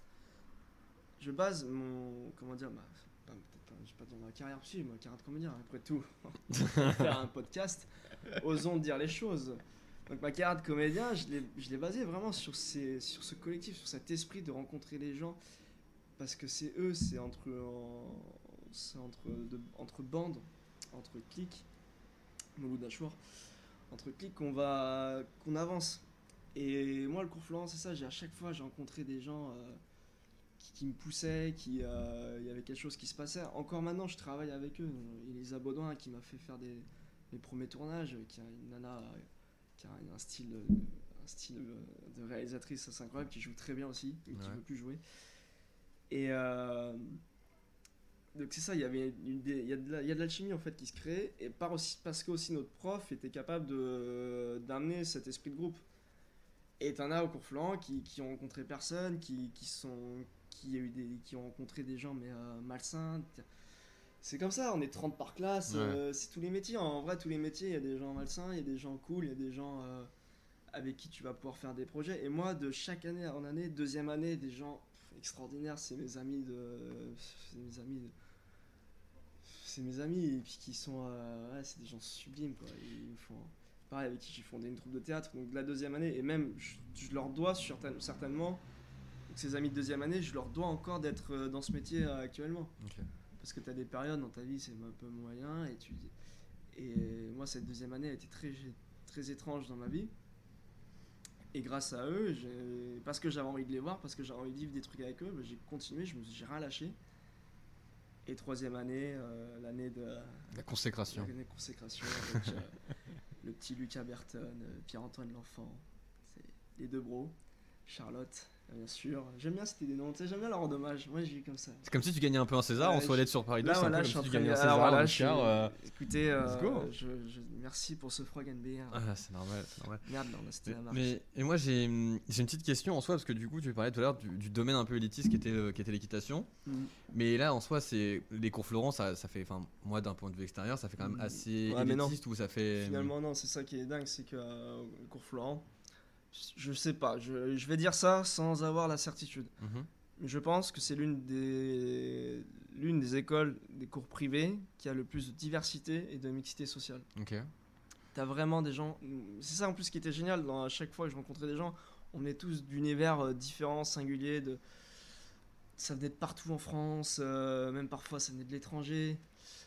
Je base mon. Comment dire ma, pas, peut-être pas, je vais pas dire ma carrière, si, ma carrière de comédien, après tout. Faire un podcast, osons dire les choses. Donc, ma carrière de comédien, je l'ai je l'ai basé vraiment sur, ces, sur ce collectif, sur cet esprit de rencontrer les gens. Parce que c'est eux, c'est entre, en- c'est entre, de- entre bandes, entre clics, Mouloud Achour, entre clics qu'on va, qu'on avance. Et moi, le cours Florent, c'est ça, j'ai à chaque fois, j'ai rencontré des gens euh, qui, qui me poussaient, qui, euh, il y avait quelque chose qui se passait. Encore maintenant, je travaille avec eux. Elisa Baudouin, qui m'a fait faire des, mes premiers tournages, qui a une nana, euh, qui a un style, euh, un style euh, de réalisatrice assez incroyable, qui joue très bien aussi, et qui Ouais. veut plus jouer. Et euh, donc c'est ça, il y avait une, des- il y a de la- il y a de l'alchimie en fait qui se crée, et par aussi, parce que aussi notre prof était capable de d'amener cet esprit de groupe. Et t'en as au cours Florent qui, qui ont rencontré personne, qui, qui sont qui a eu des qui ont rencontré des gens mais euh, malsains. C'est comme ça, on est trente par classe, Ouais. euh, c'est tous les métiers. En vrai, tous les métiers, il y a des gens malsains, il y a des gens cool, il y a des gens euh, avec qui tu vas pouvoir faire des projets. Et moi, de chaque année en année, deuxième année, des gens pff, extraordinaires, c'est mes amis de. C'est mes amis de. C'est mes amis, et puis qui sont. euh, ouais, c'est des gens sublimes, quoi. Ils me font. Pareil, avec qui j'ai fondé une troupe de théâtre, donc de la deuxième année, et même, je, je leur dois certain- certainement, donc ces amis de deuxième année, je leur dois encore d'être euh, dans ce métier euh, actuellement. Ok. Parce que tu as des périodes dans ta vie, c'est un peu moyen, et tu et moi, cette deuxième année a été très, très étrange dans ma vie. Et grâce à eux, j'ai- parce que j'avais envie de les voir, parce que j'avais envie de vivre des trucs avec eux, bah, j'ai continué, je me suis j'ai rien lâché. Et troisième année, euh, l'année de La consécration. l'année de consécration avec euh, le petit Lucas Berton, euh, Pierre-Antoine L'Enfant, c'est les deux bros, Charlotte, bien sûr. J'aime bien citer des noms, tu sais, j'aime bien leur rendre hommage. Moi, j'ai eu comme ça. C'est comme si tu gagnais un peu un César Ouais, en je- soirée sur Paris deux, Là, c'est voilà, un peu je suis comme en si tu train de. gagnais un alors César, voilà, un je suis- Oscar. euh, Écoutez, euh, let's go. je, je- merci pour ce Frog and Beer. Ah, c'est normal, c'est normal. Merde, là, on a cité la marque. Mais et moi j'ai hum, j'ai une petite question en soi parce que du coup tu parlais tout à l'heure du, du domaine un peu élitiste qui était euh, qui était l'équitation. Mm. Mais là en soi c'est les cours Florent ça, ça fait enfin moi d'un point de vue extérieur ça fait quand même Mm. assez Ouais, mais non. élitiste ou ça fait Finalement, non, c'est ça qui est dingue, c'est que euh, le cours Florent, je sais pas, je, je vais dire ça sans avoir la certitude. Mhm. Mais je pense que c'est l'une des, l'une des écoles, des cours privés, qui a le plus de diversité et de mixité sociale. Ok. T'as vraiment des gens. C'est ça en plus qui était génial. Dans, à chaque fois que je rencontrais des gens, on est tous d'univers euh, différents, singuliers. De... Ça venait de partout en France, euh, même parfois ça venait de l'étranger.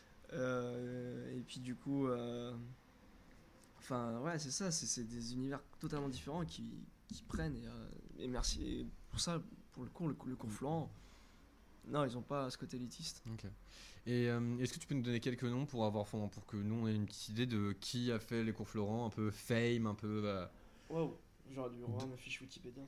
Euh, et puis du coup. euh, Enfin, ouais, c'est ça. C'est, c'est des univers totalement différents qui, qui prennent. Et, euh, et merci. Et pour ça, pour le cours, le, le cours Florent, non, ils ont pas ce côté élitiste. Ok. Et euh, est-ce que tu peux nous donner quelques noms pour avoir enfin, pour que nous on ait une petite idée de qui a fait les cours Florent, un peu fame, un peu. euh, Waouh, j'aurais dû revoir ma fiche Wikipédia.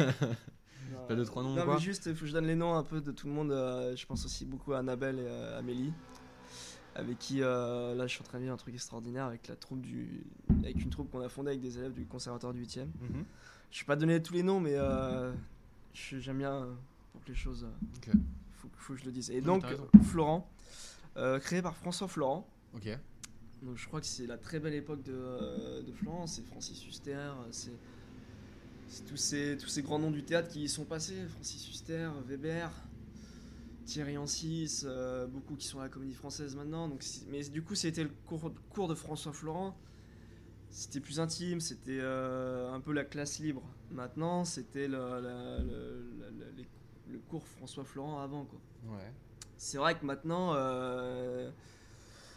Pas deux, trois noms, Non, quoi mais juste, il faut que je donne les noms un peu de tout le monde. euh, je pense aussi beaucoup à Annabelle et à Amélie, avec qui, euh, là, je suis en train de vivre un truc extraordinaire avec la troupe du, avec une troupe qu'on a fondée avec des élèves du conservatoire du huitième. Mhm. Je vais pas donner tous les noms, mais euh, je- j'aime bien euh, pour que les choses. euh, Ok. faut, faut que je le dise. Et Non, mais donc, t'as raison. Florent, euh, créé par François Florent. Ok. Donc je crois que c'est la très belle époque de, euh, de Florent, c'est Francis Huster, c'est, c'est tous, ces, tous ces grands noms du théâtre qui y sont passés, Francis Huster, Weber, Thierry Ancis, euh, beaucoup qui sont à la Comédie Française maintenant. Donc c'est- mais du coup c'était le cours, cours de François Florent, c'était plus intime, c'était euh, un peu la classe libre. Maintenant c'était le, la- le, la- la- les- le cours François Florent avant, quoi. Ouais. C'est vrai que maintenant, euh, bah,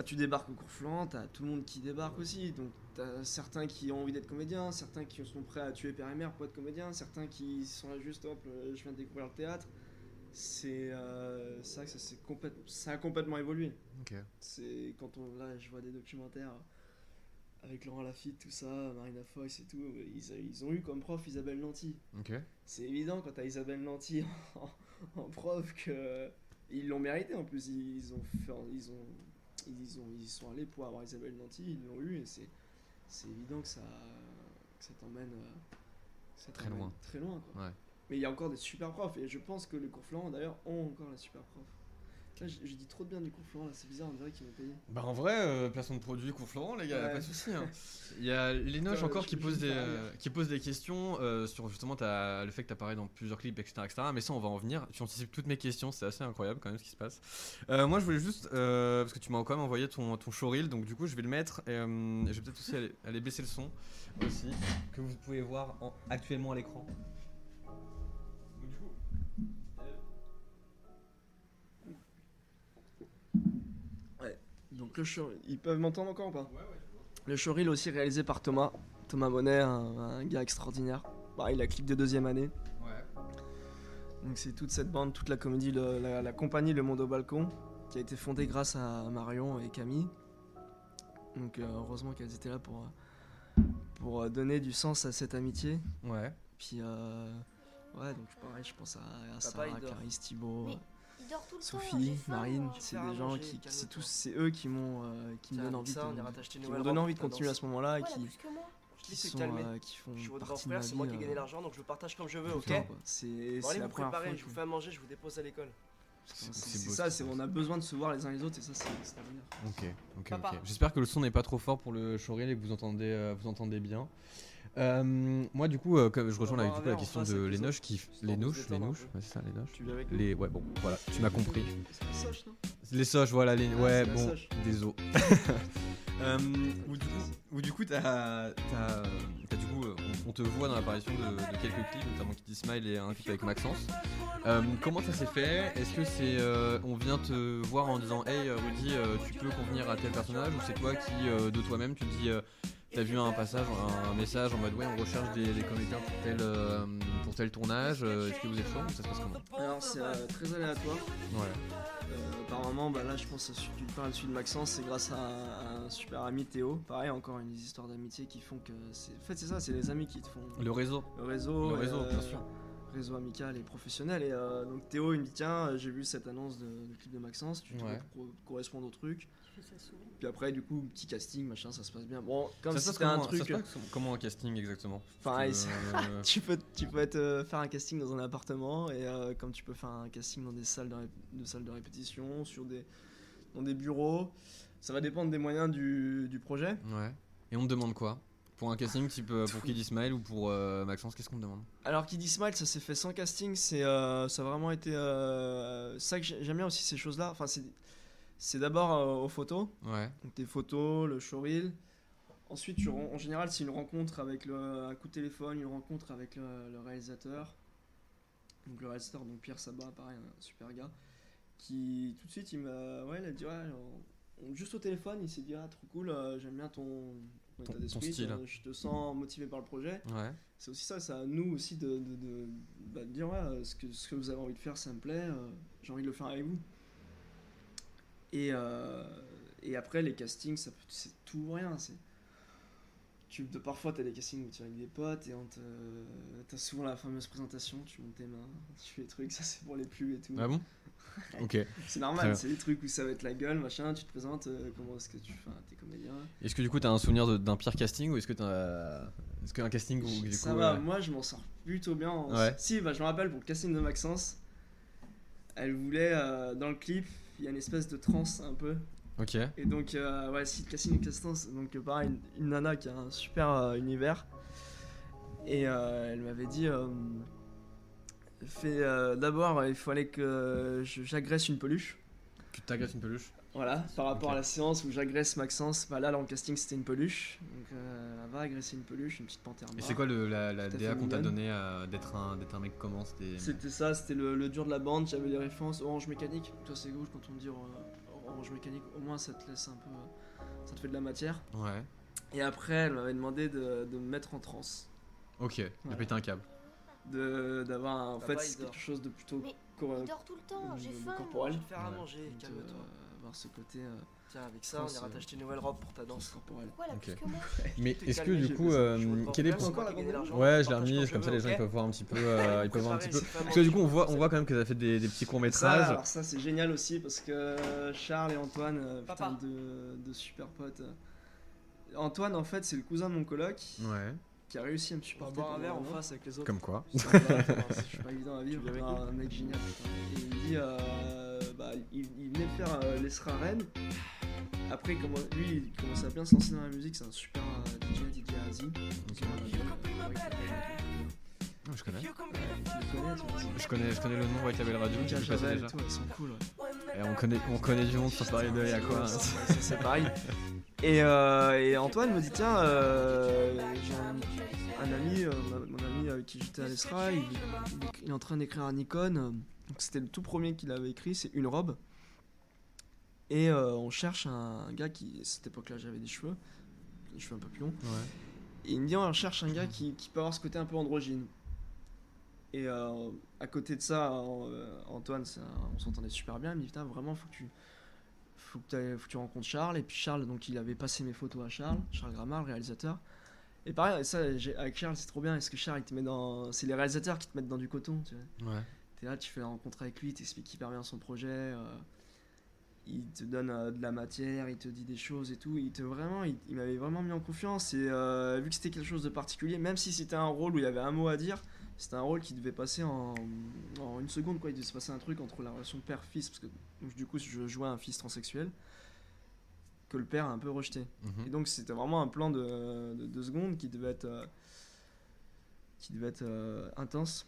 bah, tu débarques au cours Florent, t'as tout le monde qui débarque aussi. Donc t'as certains qui ont envie d'être comédiens, certains qui sont prêts à tuer père et mère pour être comédiens, certains qui sont là juste hop, euh, je viens de découvrir le théâtre. C'est euh, ça que ça, c'est complète, ça a complètement évolué. Ok. C'est quand on là je vois des documentaires avec Laurent Lafitte, tout ça, Marina Foïs et tout, ils, ils ont eu comme prof Isabelle Nanty. Ok. C'est évident quand t'as Isabelle Nanty en, en prof que ils l'ont mérité en plus. Ils ont fait, ils ont, ils ont, ils sont allés pour avoir Isabelle Nanty, ils l'ont eu et c'est, c'est évident que ça, que ça t'emmène, que ça Très t'emmène loin. très loin quoi. Ouais. Mais il y a encore des super profs et je pense que les cours Florent d'ailleurs ont encore la super prof. Là, j'ai j'ai dit trop de bien du cours Florent, là c'est bizarre, on dirait qu'ils m'ont payé. Bah en vrai, euh, placement de produit, cours Florent, les gars, Ouais. pas de soucis. Hein. Il y a Lénoche Putain, encore je- qui je pose, vais des, faire euh, qui pose des questions euh, sur justement ta, le fait que t'apparais dans plusieurs clips, et cetera, et cetera. Mais ça, on va en venir. Tu anticipes toutes mes questions, c'est assez incroyable quand même ce qui se passe. Euh, moi, je voulais juste, euh, parce que tu m'as quand même envoyé ton, ton showreel, donc du coup, je vais le mettre. Et, euh, je vais peut-être aussi aller, aller baisser le son aussi, que vous pouvez voir en- actuellement à l'écran. Donc, du coup, Donc le show, ils peuvent m'entendre encore ou pas? Le showreel aussi réalisé par Thomas, Thomas Monet, un, un gars extraordinaire. Pareil, la clip de deuxième année. ouais. Donc c'est toute cette bande, toute la comédie, le- la, la compagnie Le Monde au Balcon, qui a été fondée grâce à Marion et Camille. Donc euh, heureusement qu'elles étaient là pour, euh, pour euh, donner du sens à cette amitié. Ouais. Puis euh, ouais, donc pareil, je pense à, à Sarah, il dort. Clarisse, Thibaut, Mais il dort tout le temps. Sophie, j'ai faim, Marine. moi. C'est Faire des à gens manger, qui, calme-toi. c'est tous, c'est eux qui m'ont, euh, qui me Tiens, donnent avec envie, ça, on de, ira t'acheter une qui nouvelle m'ont donné robe envie de pour ta continuer à danse. ce moment-là, et Ouais, qui, plus que moi. Je qui dis, c'est sont, calmé. euh, qui font Je suis votre grand partie de ma frère, c'est moi qui ai vie, gagné euh, l'argent, donc je le partage comme je veux, tout ok? le temps, quoi. C'est Bon, c'est allez, la vous première fois préparez, que je vous fais à manger, je vous dépose à l'école. c'est, C'est c'est beau, ça, c'est c'est beau. on a besoin de se voir les uns les autres et ça c'est extraordinaire. Ok, ok, Papa. ok. J'espère que le son n'est pas trop fort pour le showreel et que vous entendez, euh, vous entendez bien. Euh, moi, du coup, euh, comme je rejoins On va avec du coup, la avoir question en face de avec les Lénoche qui. Histoire de Lénoche, se détendre un Lénoche, peu. ouais, c'est ça, Lénoche. Tu l'as avec nous? Les, ouais, bon, voilà, tu m'as compris. C'est la soche, non? Les soches, voilà, les. Ah, Ouais, c'est la bon, soche. désolé. euh, ou du coup, ou du coup, t'as, t'as, t'as du coup, euh, on, on te voit dans l'apparition de, de quelques clips, notamment Kitty Smile et un clip avec Maxence. Euh, comment ça s'est fait? Est-ce que c'est, euh, on vient te voir en disant, hey Rudy, euh, tu peux convenir à tel personnage, ou c'est toi qui, euh, de toi-même, tu te dis, euh, t'as vu un passage, un, un message en mode, ouais, on recherche des, des comédiens pour tel, euh, pour tel tournage. euh, Est-ce que vous êtes chaud ou ça se passe comment? Alors c'est euh, très aléatoire. Ouais. Euh, par moment, bah là je pense que tu parles dessus de Maxence, c'est grâce à, à un super ami Théo. Pareil, encore une histoire d'amitié qui font que c'est. En fait c'est ça, c'est les amis qui te font. Le réseau. Le réseau. Le réseau, euh, bien sûr. Réseau amical et professionnel. Et euh, donc Théo il me dit tiens, euh, j'ai vu cette annonce de, de clip de Maxence, tu Ouais. trouves pour correspondre au truc. Puis après du coup petit casting machin, ça se passe bien. Bon comme Ça se passe c'était un comment, ça truc. se passe comment un casting exactement? Pareil, Parce que, euh, tu peux, tu peux être, euh, faire un casting dans un appartement et euh, comme tu peux faire un casting dans des salles de, ré- de salles de répétition, sur des, dans des bureaux, ça va dépendre des moyens du, du projet. Ouais. Et on te demande quoi? Pour un casting type euh, pour Kid Ismail ou pour euh, Maxence, qu'est-ce qu'on te demande? Alors qui dit Smile, ça s'est fait sans casting, c'est, euh, ça a vraiment été euh, ça que j'ai- j'aime bien aussi ces choses-là. Enfin c'est, c'est d'abord euh, aux photos, Ouais. donc tes photos, le showreel. Ensuite, tu ren- en général, c'est une rencontre avec le, un coup de téléphone, une rencontre avec le, le réalisateur. Donc le réalisateur, donc Pierre Sabat, pareil, un super gars, qui tout de suite, il m'a, ouais, il a dit, ouais, on- on- juste au téléphone, il s'est dit, ah, trop cool, euh, j'aime bien ton, ton état Ton- d'esprit, ton style. ton- je te sens motivé par le projet. Ouais. C'est aussi ça, c'est à nous aussi de, de, de, bah, de dire, ouais, euh, ce que, ce que vous avez envie de faire, ça me plaît, euh, j'ai envie de le faire avec vous. Et, euh, et après, les castings, ça peut, c'est tout ou rien, c'est. Tu, de, parfois, t'as des castings où tu es avec des potes et on te, t'as souvent la fameuse présentation, tu montes tes mains, tu fais des trucs, ça c'est pour les plus et tout. Ah bon? Ok. C'est Très normal, bien. c'est des trucs où ça va être la gueule, machin, tu te présentes, euh, comment est-ce que tu fais, t'es comédien. Est-ce que du coup t'as un souvenir de- d'un pire casting ou est-ce que t'as. Est-ce qu'un casting où du ça coup. va, euh, moi je m'en sors plutôt bien. en- Ouais. Si, bah, je me rappelle pour le casting de Maxence, elle voulait, euh, dans le clip, il y a une espèce de transe un peu. Ok. Et donc, euh, ouais, si le casting de Castance, donc euh, pareil, une, une nana qui a un super euh, univers. Et euh, elle m'avait dit euh, fais, euh, d'abord, euh, il fallait que je- j'agresse une peluche. Tu t'agresses une peluche? Voilà, par rapport Ok. à la séance où j'agresse Maxence, bah là, dans le casting, c'était une peluche. Donc, euh, elle va agresser une peluche, une petite panthère Et noire. c'est quoi le, la, la Tout à D A fait qu'on t'a mignonne. donné euh, d'être un, d'être un mec comment? C'était. C'était ça, c'était le, le dur de la bande. J'avais les références Orange Mécanique. Ça, c'est gauche quand on me dit Or- orange mécanique, au moins ça te laisse un peu, ça te fait de la matière. Ouais. Et après, elle m'avait demandé de, de me mettre en transe, Ok, de Voilà. péter un câble. de d'avoir un- en Papa, fait il c'est dort. quelque chose de plutôt Mais cor- Il dort tout le temps, j'ai de- de faim. corporel. Je vais te faire à Ouais. manger, de, calme-toi. euh, avoir ce côté euh, Tiens, avec ça, on France, ira euh, t'acheter une nouvelle robe pour ta danse danse. corporelle. Pourquoi elle a Ok. plus que moi? Mais T'es est-ce que calmé, du j'ai coup, besoin. euh, Je veux te quel est porter ton... encore la gagner l'argent. Ouais, je l'ai Partage remis, comme comme je ça veux, les gens ok ils peuvent voir un petit peu, euh, ils peuvent voir un petit peu. Préparer, c'est pas Parce que du coup, on voit, mentir. on voit quand même que t'as fait des, des petits courts Ça, métrages. alors ça c'est génial aussi parce que Charles et Antoine, euh, Papa. putain de, de super potes. Antoine en fait c'est le cousin de mon coloc Ouais. qui a réussi à me On va supporter boire un pendant verre en an. face avec les autres. Comme quoi. C'est pas- je suis pas évident à vivre, Tu l'as non, un mec génial. putain. Et il me dit, euh, bah, il, il venait de faire euh, l'Esra Rennes. Après, comment, lui, il commençait à bien se lancer dans la musique, c'est un super euh, D J, D J Azi. Non, je connais. Tu le connais, tu vois, Je connais, je connais le nom avec la belle radio. c'est J'ai Mika vu passer Javel et déjà. tout, ils sont cool. Ouais. Et on connaît, on connaît du monde sur Paris deux, il y a quoi hein. C'est c'est pareil. Et, euh, et Antoine me dit tiens, euh, j'ai un, un ami, euh, ma- mon ami avec qui j'étais à l'Esra, il, il- il est en train d'écrire un icône. euh, Donc c'était le tout premier qu'il avait écrit, c'est Une robe. Et euh, on cherche un, gars qui, à cette époque-là, j'avais des cheveux, des cheveux un peu plus longs. Ouais. Et il me dit on cherche un gars qui, qui peut avoir ce côté un peu androgyne. Et euh, à côté de ça, en- euh, Antoine, c'est un- on s'entendait super bien. Il me dit putain, vraiment, faut que tu, faut que, t'ailles- faut que tu rencontres Charles. Et puis Charles, donc il avait passé mes photos à Charles, Charles Gramard, le réalisateur. Et pareil, ça, j'ai- avec Charles, c'est trop bien. Parce que Charles, il te met dans, c'est les réalisateurs qui te mettent dans du coton. Tu vois. Ouais. T'es là, tu fais la rencontre avec lui, t'expliques hyper bien son projet. euh, il te donne euh, de la matière, il te dit des choses et tout. Il te vraiment, il, il m'avait vraiment mis en confiance. Et euh, vu que c'était quelque chose de particulier, même si c'était un rôle où il y avait un mot à dire, c'était un rôle qui devait passer en, en une seconde. Quoi. Il devait se passer un truc entre la relation père-fils, parce que donc, du coup, je jouais un fils transsexuel que le père a un peu rejeté. Mhm. Et donc c'était vraiment un plan de, de deux secondes qui devait être, euh, qui devait être euh, intense.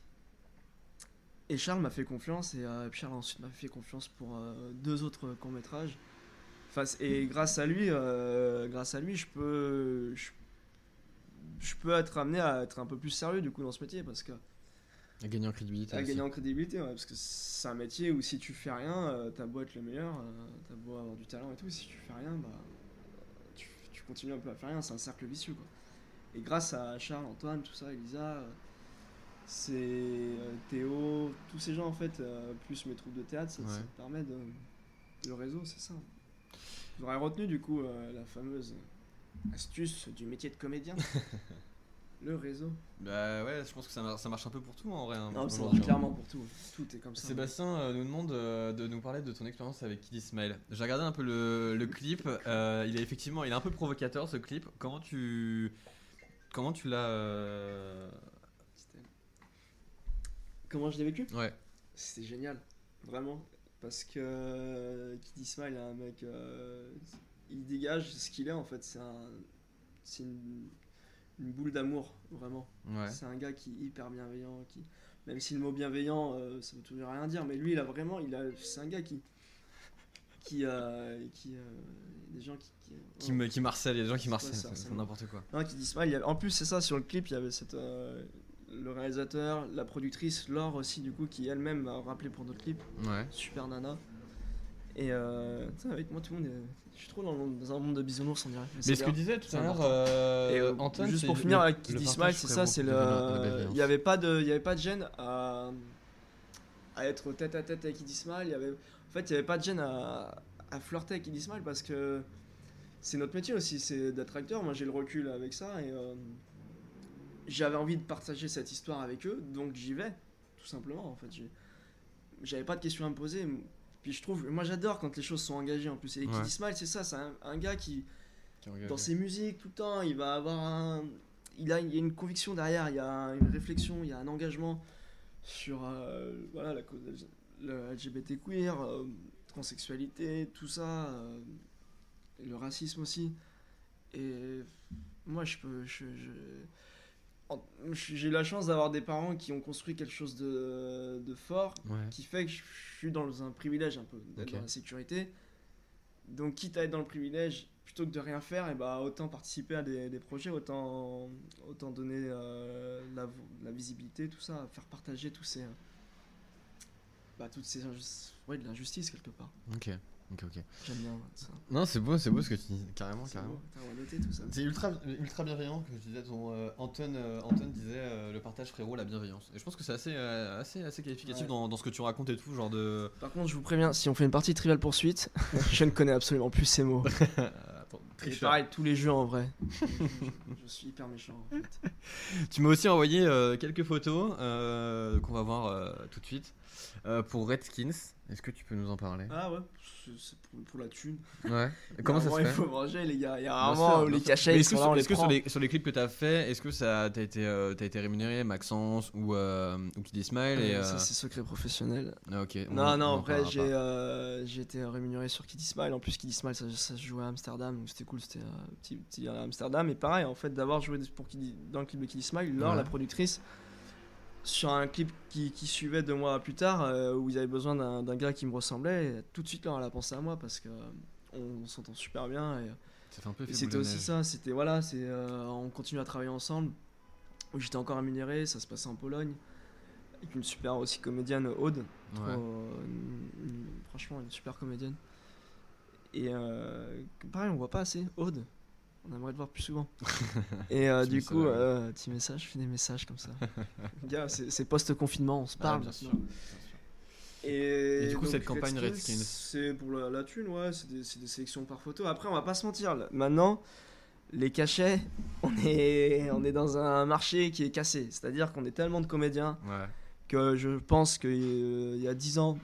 Et Charles m'a fait confiance et euh, Charles ensuite m'a fait confiance pour euh, deux autres courts métrages. Enfin, c- et grâce à lui, euh, grâce à lui, je peux, je, je peux être amené à être un peu plus sérieux du coup dans ce métier parce que À gagner en crédibilité. à aussi. gagner en crédibilité, ouais, parce que c'est un métier où si tu fais rien, euh, t'as beau être le meilleur, euh, t'as beau avoir du talent et tout, si tu fais rien, bah tu, tu continues un peu à faire rien, c'est un cercle vicieux quoi. Et grâce à Charles, Antoine, tout ça, Elisa, euh, c'est euh, Théo, tous ces gens en fait, euh, plus mes troupes de théâtre, ça, Ouais. ça me permet de. Le réseau, c'est ça. J'aurais retenu du coup euh, la fameuse astuce du métier de comédien. Le réseau. Bah ouais, je pense que ça, mar- ça marche un peu pour tout en vrai. hein, Non, ça aujourd'hui, marche hein. clairement pour tout. Tout est comme ça. Sébastien euh, nous demande euh, de nous parler de ton expérience avec Kid Ismail. J'ai regardé un peu le, le clip. euh, il est effectivement, il est un peu provocateur ce clip. Comment tu, comment tu l'as euh, C'était- Comment je l'ai vécu? Ouais. C'était génial, vraiment. Parce que euh, Kid Ismail est un mec. euh, il dégage ce qu'il est en fait. C'est un, c'est une, une boule d'amour, vraiment. Ouais. C'est un gars qui est hyper bienveillant. Qui, même si le mot bienveillant, euh, ça veut toujours rien dire, mais lui, il a vraiment. Il a, c'est un gars qui. Qui. euh, qui euh, des gens qui. qui, Qui, me, qui marcèle, il y a des gens qui C'est marcèlent, pas ça, c'est c'est c'est n'importe quoi. Non, Kid Ismail, il y avait- en plus c'est ça sur le clip, il y avait cette, euh, le réalisateur, la productrice, Laure aussi du coup, qui elle-même m'a rappelé pour d'autres clips, Ouais. super nana. Et euh, tu sais, avec moi tout le monde, est- je suis trop dans, le monde- dans un monde de bisounours on dirait. Mais c'est ce que bien. disait tout C'est à l'heure important. euh, Et euh, Antoine, juste c'est pour le- finir le- avec Kid le Ismail, partage c'est frérot, ça, c'est de la- de la le, bienveillance. il y avait pas de, il y avait pas de gêne à, à être tête à tête avec Kid Ismail. Il y avait, en fait, il y avait pas de gêne à, à flirter avec Kid Ismail parce que c'est notre métier aussi, c'est d'être acteur. Moi, j'ai le recul avec ça et euh, j'avais envie de partager cette histoire avec eux, donc j'y vais, tout simplement. En fait, J'ai- j'avais pas de questions à me poser. Puis je trouve, moi, j'adore quand les choses sont engagées en plus. Et Ouais. Kid Ismail, c'est ça, c'est un, un gars qui, Qui est engagé. dans ses musiques tout le temps, il va avoir un, il a, il y a une conviction derrière, il y a une réflexion, il y a un engagement sur euh, voilà la cause le L G B T queer, euh, transsexualité, tout ça, euh, et le racisme aussi. Et moi, je peux, je, je- en- j'ai eu la chance d'avoir des parents qui ont construit quelque chose de, de fort, Ouais. qui fait que je suis dans un privilège un peu, d'être Ok. dans la sécurité. Donc, quitte à être dans le privilège, plutôt que de rien faire, et bah, autant participer à des, des projets, autant, autant donner euh, la, la visibilité, tout ça, faire partager tous ces, euh, bah, toutes ces injus- ouais, de l'injustice quelque part. Ok. Ok, ok. J'aime bien ça. Non, c'est beau, c'est beau ce que tu dis. Carrément, C'est carrément. beau. Putain, on va noter tout ça. C'est ultra, ultra bienveillant que je disais. Ton, euh, Anton, euh, Anton disait euh, le partage frérot, la bienveillance. Et je pense que c'est assez, euh, assez, assez qualificatif Ouais. dans, dans ce que tu racontes et tout, genre de. Par contre, je vous préviens, si on fait une partie Trivial Poursuite, je ne connais absolument plus ces mots. Attends, Et tricheur. pareil, tous les jeux en vrai. je, je- je suis hyper méchant en fait. Tu m'as aussi envoyé euh, quelques photos euh, qu'on va voir euh, tout de suite euh, pour Redskins. Est-ce que tu peux nous en parler? Ah ouais, c'est c'est pour, pour la thune. Ouais. Et comment ça se Vraiment, fait? il faut manger les gars. Il y a Bien rarement sûr, où bien les sûr. cachets Mais ils est-ce que, sont là, sur, on les est-ce que sur, prend. les, sur les clips que tu as fait, est-ce que ça t'as été, euh, t'as été rémunéré, Maxence ou, euh, ou Kid Smile et, Euh, euh, Ça c'est secret professionnel. ah, ok. on- Non, on non, en en vrai, parlera j'ai pas. euh, j'ai été rémunéré sur Kitty Smile. En plus, Kitty Smile, ça, ça se jouait à Amsterdam, donc c'était cool. C'était un petit, petit à Amsterdam. Et pareil, en fait, d'avoir joué pour Kitty- dans le clip de Kitty Smile, Laure, Ouais. la productrice, sur un clip qui, qui suivait deux mois plus tard, euh, où ils avaient besoin d'un d'un gars qui me ressemblait, et tout de suite, Laure, elle a pensé à moi parce que euh, on s'entend super bien. Et, Ça fait un peu et fait c'était boule de aussi neige. ça. C'était voilà, c'est euh, on continue à travailler ensemble. Où j'étais encore rémunéré, ça se passait en Pologne. Avec une super aussi comédienne, Aude. Trop, Ouais. euh, une- une- franchement, une super comédienne. Et euh, pareil, on voit pas assez Aude. On aimerait te voir plus souvent. Et euh, Petit du message, coup, ouais. euh, petit message, je fais des messages comme ça. Gars, c'est c'est post-confinement, on se Ah, parle. bien maintenant. sûr, bien sûr. Et, Et du coup, donc, cette campagne Redskins. c'est pour la, la thune, ouais, c'est des, c'est des sélections par photo. Après, on va pas se mentir, là. Maintenant, les cachets, on est, on est dans un marché qui est cassé. C'est-à-dire qu'on est tellement de comédiens Ouais. que je pense qu'il y a dix ans,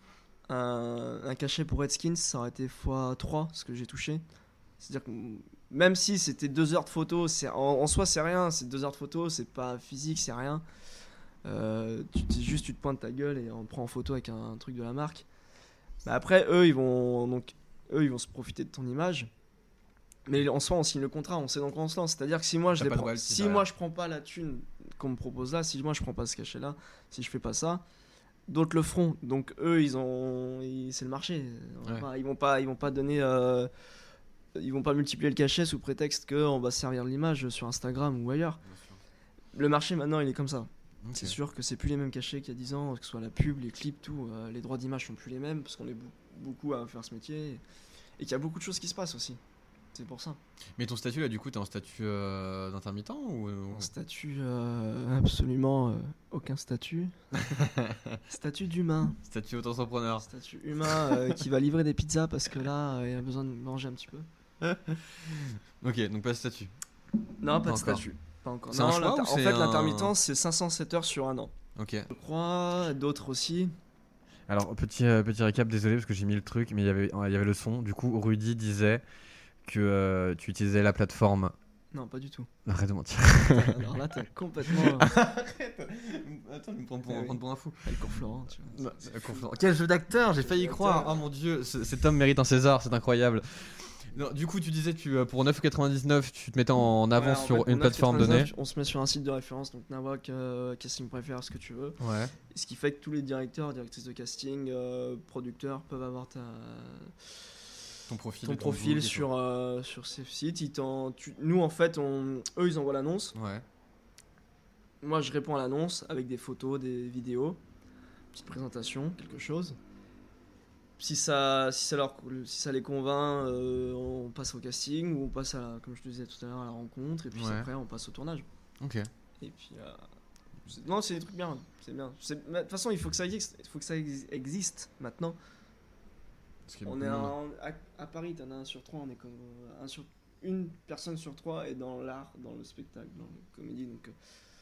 un, un cachet pour Redskins, ça aurait été fois trois ce que j'ai touché. C'est-à-dire que même si c'était deux heures de photo, c'est, en, en soi c'est rien, c'est deux heures de photo, c'est pas physique, c'est rien. Euh, tu, c'est juste tu te pointes ta gueule et on te prend en photo avec un, un truc de la marque. Mais après eux ils vont donc eux ils vont se profiter de ton image. Mais en soi on signe le contrat, on sait dans quoi on se lance. C'est-à-dire que si moi je T'as les pas de prends- royalties si derrière. moi je prends pas la thune qu'on me propose là, si moi je prends pas ce cachet là, si je fais pas ça, d'autres le feront. Donc eux ils ont ils- c'est le marché. Ouais. Enfin, ils vont pas ils vont pas donner euh, ils vont pas multiplier le cachet sous prétexte que on va se servir de l'image sur Instagram ou ailleurs. Bien sûr. Le marché maintenant il est comme ça. Ok. C'est sûr que c'est plus les mêmes cachets qu'il y a dix ans, que ce soit la pub, les clips, tout. euh, les droits d'image sont plus les mêmes parce qu'on est bou- beaucoup à faire ce métier et, et qu'il y a beaucoup de choses qui se passent aussi. C'est pour ça. Mais ton statut là, du coup, t'es en statut euh, d'intermittent ou ou- Un statut euh, absolument euh, aucun statut. Statut d'humain. statut auto-entrepreneur? Statut humain euh, qui va livrer des pizzas parce que là euh, il a besoin de manger un petit peu. Ok, donc pas de statut. Non, pas Pas de encore. statut. Pas encore. C'est un Non, choix l'inter- ou en c'est fait, un- l'intermittence c'est cinq cent sept heures sur un an. Ok. Je crois, d'autres aussi. Alors, petit, euh, petit récap, désolé parce que j'ai mis le truc, mais il y avait, il y avait le son. Du coup, Rudy disait que euh, tu utilisais la plateforme. Non, pas du tout. Arrête de mentir. Alors là, t'es complètement. Arrête. Attends, me prendre pour, Ah oui. prendre pour un fou. Elle court Florent, tu vois. Euh, confort. Quel jeu d'acteur, j'ai failli y croire. Oh mon dieu, ce- cet homme mérite un César, c'est incroyable. Non, du coup, tu disais tu euh, pour neuf euros quatre-vingt-dix-neuf, tu te mettais en avant Ouais, en sur fait, pour une plateforme neuf donnée. quatre-vingt-dix-neuf, On se met sur un site de référence, donc Nawak, euh, Casting Préfère, ce que tu veux. Ouais. Et ce qui fait que tous les directeurs, directrices de casting, euh, producteurs peuvent avoir ta, Ton profil. ton et ton profil book et sur, euh, sur ces sites. Ils t'en- tu- nous, en fait, on, eux, ils envoient l'annonce. tout. Ouais. Moi, je réponds à l'annonce avec des photos, des vidéos, petite présentation, quelque chose. Si ça, si ça, leur, si ça les convainc, euh, on passe au casting ou on passe, à la- comme je te disais tout à l'heure, à la rencontre. Et puis Ouais. après, on passe au tournage. Ok. Et puis, euh, c'est- non, c'est des trucs bien, c'est bien. C'est- mais De toute façon, il faut que ça existe, il faut que ça ex- existe maintenant. Parce qu'il y a On beaucoup est de monde. un- à, à Paris, t'en as un sur trois, on est comme euh, un sur, une personne sur trois est dans l'art, dans le spectacle, dans la comédie. Donc, euh,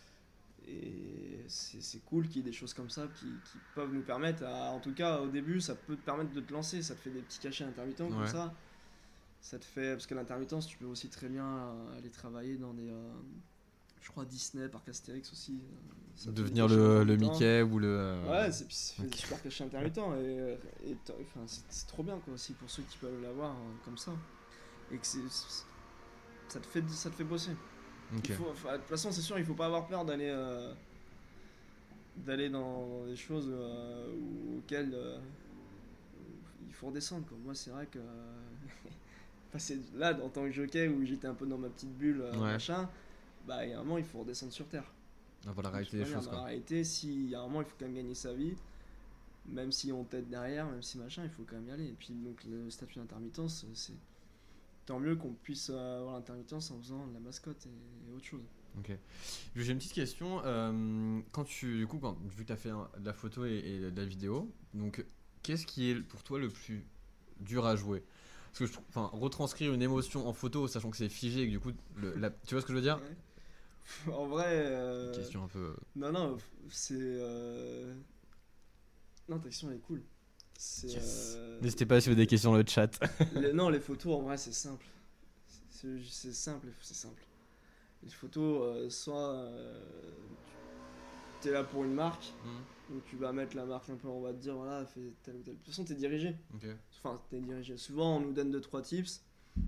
et c'est c'est cool qu'il y ait des choses comme ça qui, qui peuvent nous permettre, à- en tout cas au début, ça peut te permettre de te lancer. Ça te fait des petits cachets intermittents comme Ouais. ça. Ça te fait, parce que l'intermittence, tu peux aussi très bien euh, aller travailler dans des, euh, je crois Disney, Parc Astérix aussi. euh, ça fait des Devenir cachets le, le intermittents. Mickey ou le. euh, Ouais, c'est, puis ça fait ok. des super cachets intermittents et, et t'as- enfin, c'est, c'est trop bien quoi aussi pour ceux qui peuvent l'avoir euh, comme ça. Et que c'est, c'est- ça te fait, ça te fait bosser. Ok. Il faut, enfin, de toute façon, c'est sûr, il faut pas avoir peur d'aller, euh, d'aller dans des choses euh, où- auxquelles euh, il faut redescendre quoi. Moi, c'est vrai que passer là en tant que jockey où j'étais un peu dans ma petite bulle euh, Ouais. machin, bah il y a un moment il faut redesendre sur terre. Ah, voilà la réalité De des toute choses manière, quoi. dans la réalité, s'il y a un moment, il faut quand même gagner sa vie. même si on t'aide derrière, même si machin, il faut quand même y aller. Et puis donc le statut d'intermittence, c'est tant mieux qu'on puisse avoir l'intermittence en faisant de la mascotte et, et autre chose. Ok. J'ai une petite question. Euh, quand tu, du coup, quand, vu que tu as fait un- de la photo et, et de la vidéo, donc qu'est-ce qui est pour toi le plus dur à jouer? Parce que je trouve, enfin, retranscrire une émotion en photo, sachant que c'est figé et que du coup, le, la- tu vois ce que je veux dire? Ouais. En vrai. euh, Une question un peu. Non, non, c'est. euh, Non, ta question elle est cool. C'est. Yes. euh, N'hésitez pas si vous avez des questions dans le chat. les- Non, les photos en vrai c'est simple. C'est c'est simple, c'est simple. Les photos, euh, soit. euh, tu es là pour une marque, donc tu vas mettre la marque un peu, on va te dire voilà, fais tel ou tel. De toute façon, t'es dirigé. Ok. Enfin, t'es dirigé. Souvent, on nous donne deux trois tips.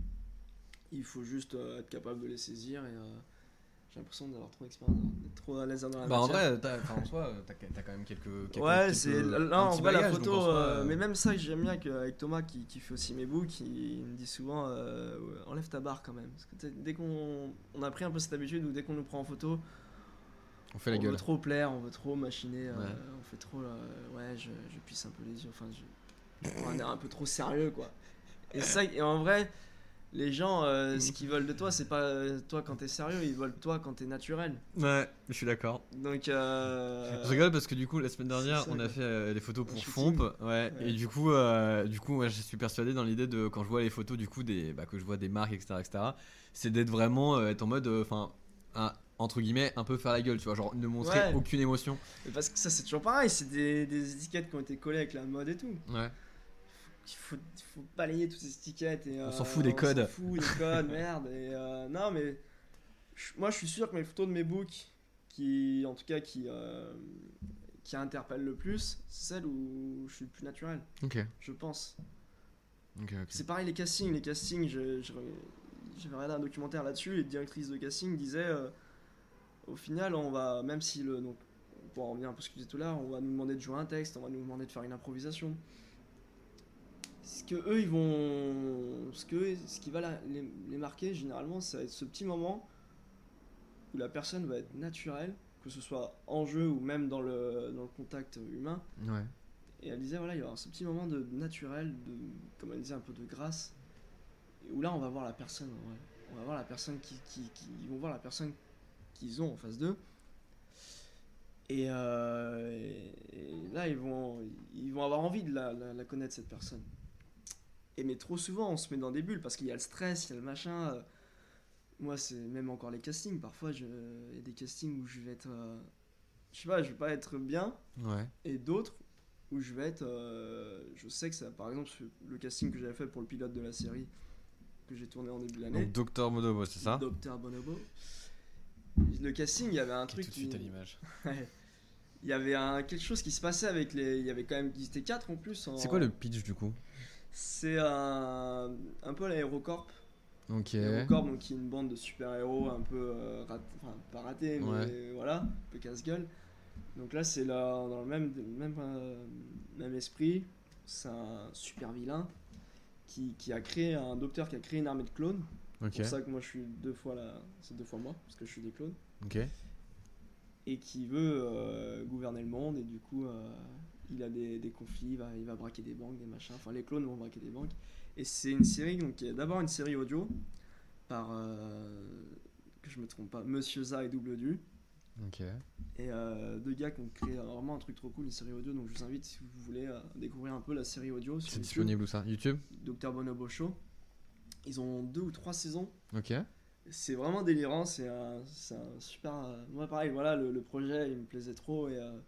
Il faut juste euh, être capable de les saisir et. euh, J'ai l'impression d'avoir trop d'expérience, d'être trop à l'aise dans la Bah en matière. vrai, t'as, enfin, en soi, t'as, t'as quand même quelques. quelques Ouais, quelques- c'est un là en petit vrai la bagage, photo, donc en soi, euh, euh, mais même ça j'aime bien qu'avec Thomas qui, qui fait aussi mes books, il, il me dit souvent euh, ouais, enlève ta barre quand même. Parce que t'sais, dès qu'on on a pris un peu cette habitude où dès qu'on nous prend en photo, on fait la on gueule. veut trop plaire, on veut trop machiner, euh, Ouais. on fait trop, euh, ouais, je, je plisse un peu les yeux, enfin, je, je prends un air un peu trop sérieux quoi. Et ça, et en vrai, les gens, euh, ce qu'ils veulent de toi, c'est pas euh, toi quand t'es sérieux, ils veulent toi quand t'es naturel. Ouais, je suis d'accord. Donc, euh, Je rigole parce que du coup la semaine dernière c'est ça, on a quoi. fait euh, des photos Un pour shooting. Fomp, ouais, Ouais. et du coup, euh, du coup, moi je suis persuadé dans l'idée de quand je vois les photos du coup des, bah, que je vois des marques et cetera et cetera, c'est d'être vraiment euh, être en mode, enfin, entre guillemets, un peu faire la gueule, tu vois, genre ne montrer Ouais. aucune émotion. Mais parce que ça c'est toujours pareil, c'est des, des étiquettes qui ont été collées avec la mode et tout. Ouais. Il faut, il faut balayer toutes ces étiquettes et On euh, s'en fout des codes. On s'en fout des codes, merde. Et euh, non mais je- moi je suis sûr que mes photos de mes books qui, en tout cas qui, euh, qui interpellent le plus, c'est celles où je suis le plus naturel, Ok. je pense. Ok. Ok. C'est pareil les castings, les castings, je, je, j'avais regardé un documentaire là-dessus et la directrice de casting disait euh, au final on va, même si le, donc pour en revenir un peu à ce que je disais tout à l'heure, on va nous demander de jouer un texte, on va nous demander de faire une improvisation. Ce que eux ils vont, ce que ce qui va la- les, les marquer généralement, ça va être ce petit moment où la personne va être naturelle, que ce soit en jeu ou même dans le, dans le contact humain. Ouais. Et elle disait voilà, il va y avoir ce petit moment de naturel, de, comme elle disait, un peu de grâce, et où là on va voir la personne, en vrai. On va voir la personne qui, qui, qui ils vont voir la personne qu'ils ont en face d'eux. Et, euh, et, et là ils vont, ils vont avoir envie de la, la, la connaître cette personne. Et mais trop souvent on se met dans des bulles parce qu'il y a le stress, il y a le machin. euh, Moi c'est même encore les castings. Parfois je- il y a des castings où je vais être, euh, je sais pas, je vais pas être bien, Ouais. et d'autres où je vais être, euh, je sais que ça, par exemple le casting que j'avais fait pour le pilote de la série que j'ai tourné en début de l'année, Donc Docteur Modobo, c'est ça? Docteur Bonobo. Le casting, il y avait un Qui est truc tout de suite qui- à l'image. Ouais. Il y avait un, quelque chose qui se passait avec les, il y avait quand même, ils étaient quatre en plus. en- C'est quoi le pitch du coup? C'est un, un peu l'Aérocorp. Ok. L'Aérocorp, donc qui est une bande de super-héros un peu, euh, rat- enfin pas ratés, mais Ouais. voilà, un peu casse-gueule. Donc là, c'est là, dans le même, même, euh, même esprit. C'est un super vilain qui, qui a créé, un docteur qui a créé une armée de clones. Ok. C'est pour ça que moi je suis deux fois là, c'est deux fois moi, parce que je suis des clones. Ok. Et qui veut euh, gouverner le monde, et du coup euh, il a des, des conflits, il va, il va braquer des banques, des machins, enfin les clones vont braquer des banques. Et c'est une série, donc qui est d'abord une série audio par, euh, que je me trompe pas, Monsieur Za et Double Du, Ok. et euh, deux gars qui ont créé vraiment un truc trop cool, une série audio. Donc je vous invite, si vous voulez euh, découvrir un peu la série audio sur C'est YouTube, disponible où ça? YouTube? Docteur Bonobo Show. Ils ont deux ou trois saisons. Ok. C'est vraiment délirant, c'est un, c'est un super. euh, moi, pareil, voilà, le, le projet il me plaisait trop. Et, euh,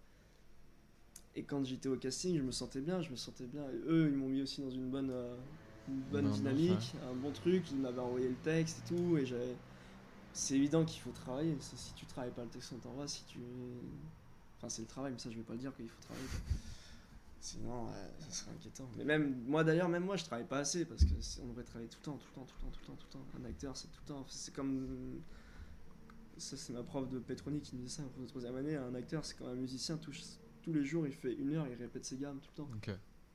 et quand j'étais au casting, je me sentais bien, je me sentais bien. Et eux, ils m'ont mis aussi dans une bonne, euh, une bonne Une ambiance, dynamique, un bon truc. Ils m'avaient envoyé le texte et tout. Et j'avais. C'est évident qu'il faut travailler. c'est- Si tu travailles pas le texte, on t'envoie. Si tu. Enfin, c'est le travail, mais ça, je vais pas le dire qu'il faut travailler. Sinon, euh, ça serait inquiétant. Mais même moi d'ailleurs, même moi, je travaille pas assez parce que c'est- on devrait travailler tout le temps, tout le temps, tout le temps, tout le temps, tout le temps. Un acteur, c'est tout le temps. C'est comme ça, c'est ma prof de Petroni qui me disait ça, ma prof de troisième année. Un acteur, c'est comme un musicien, tous, tous les jours, il fait une heure, il répète ses gammes tout le temps. Ok.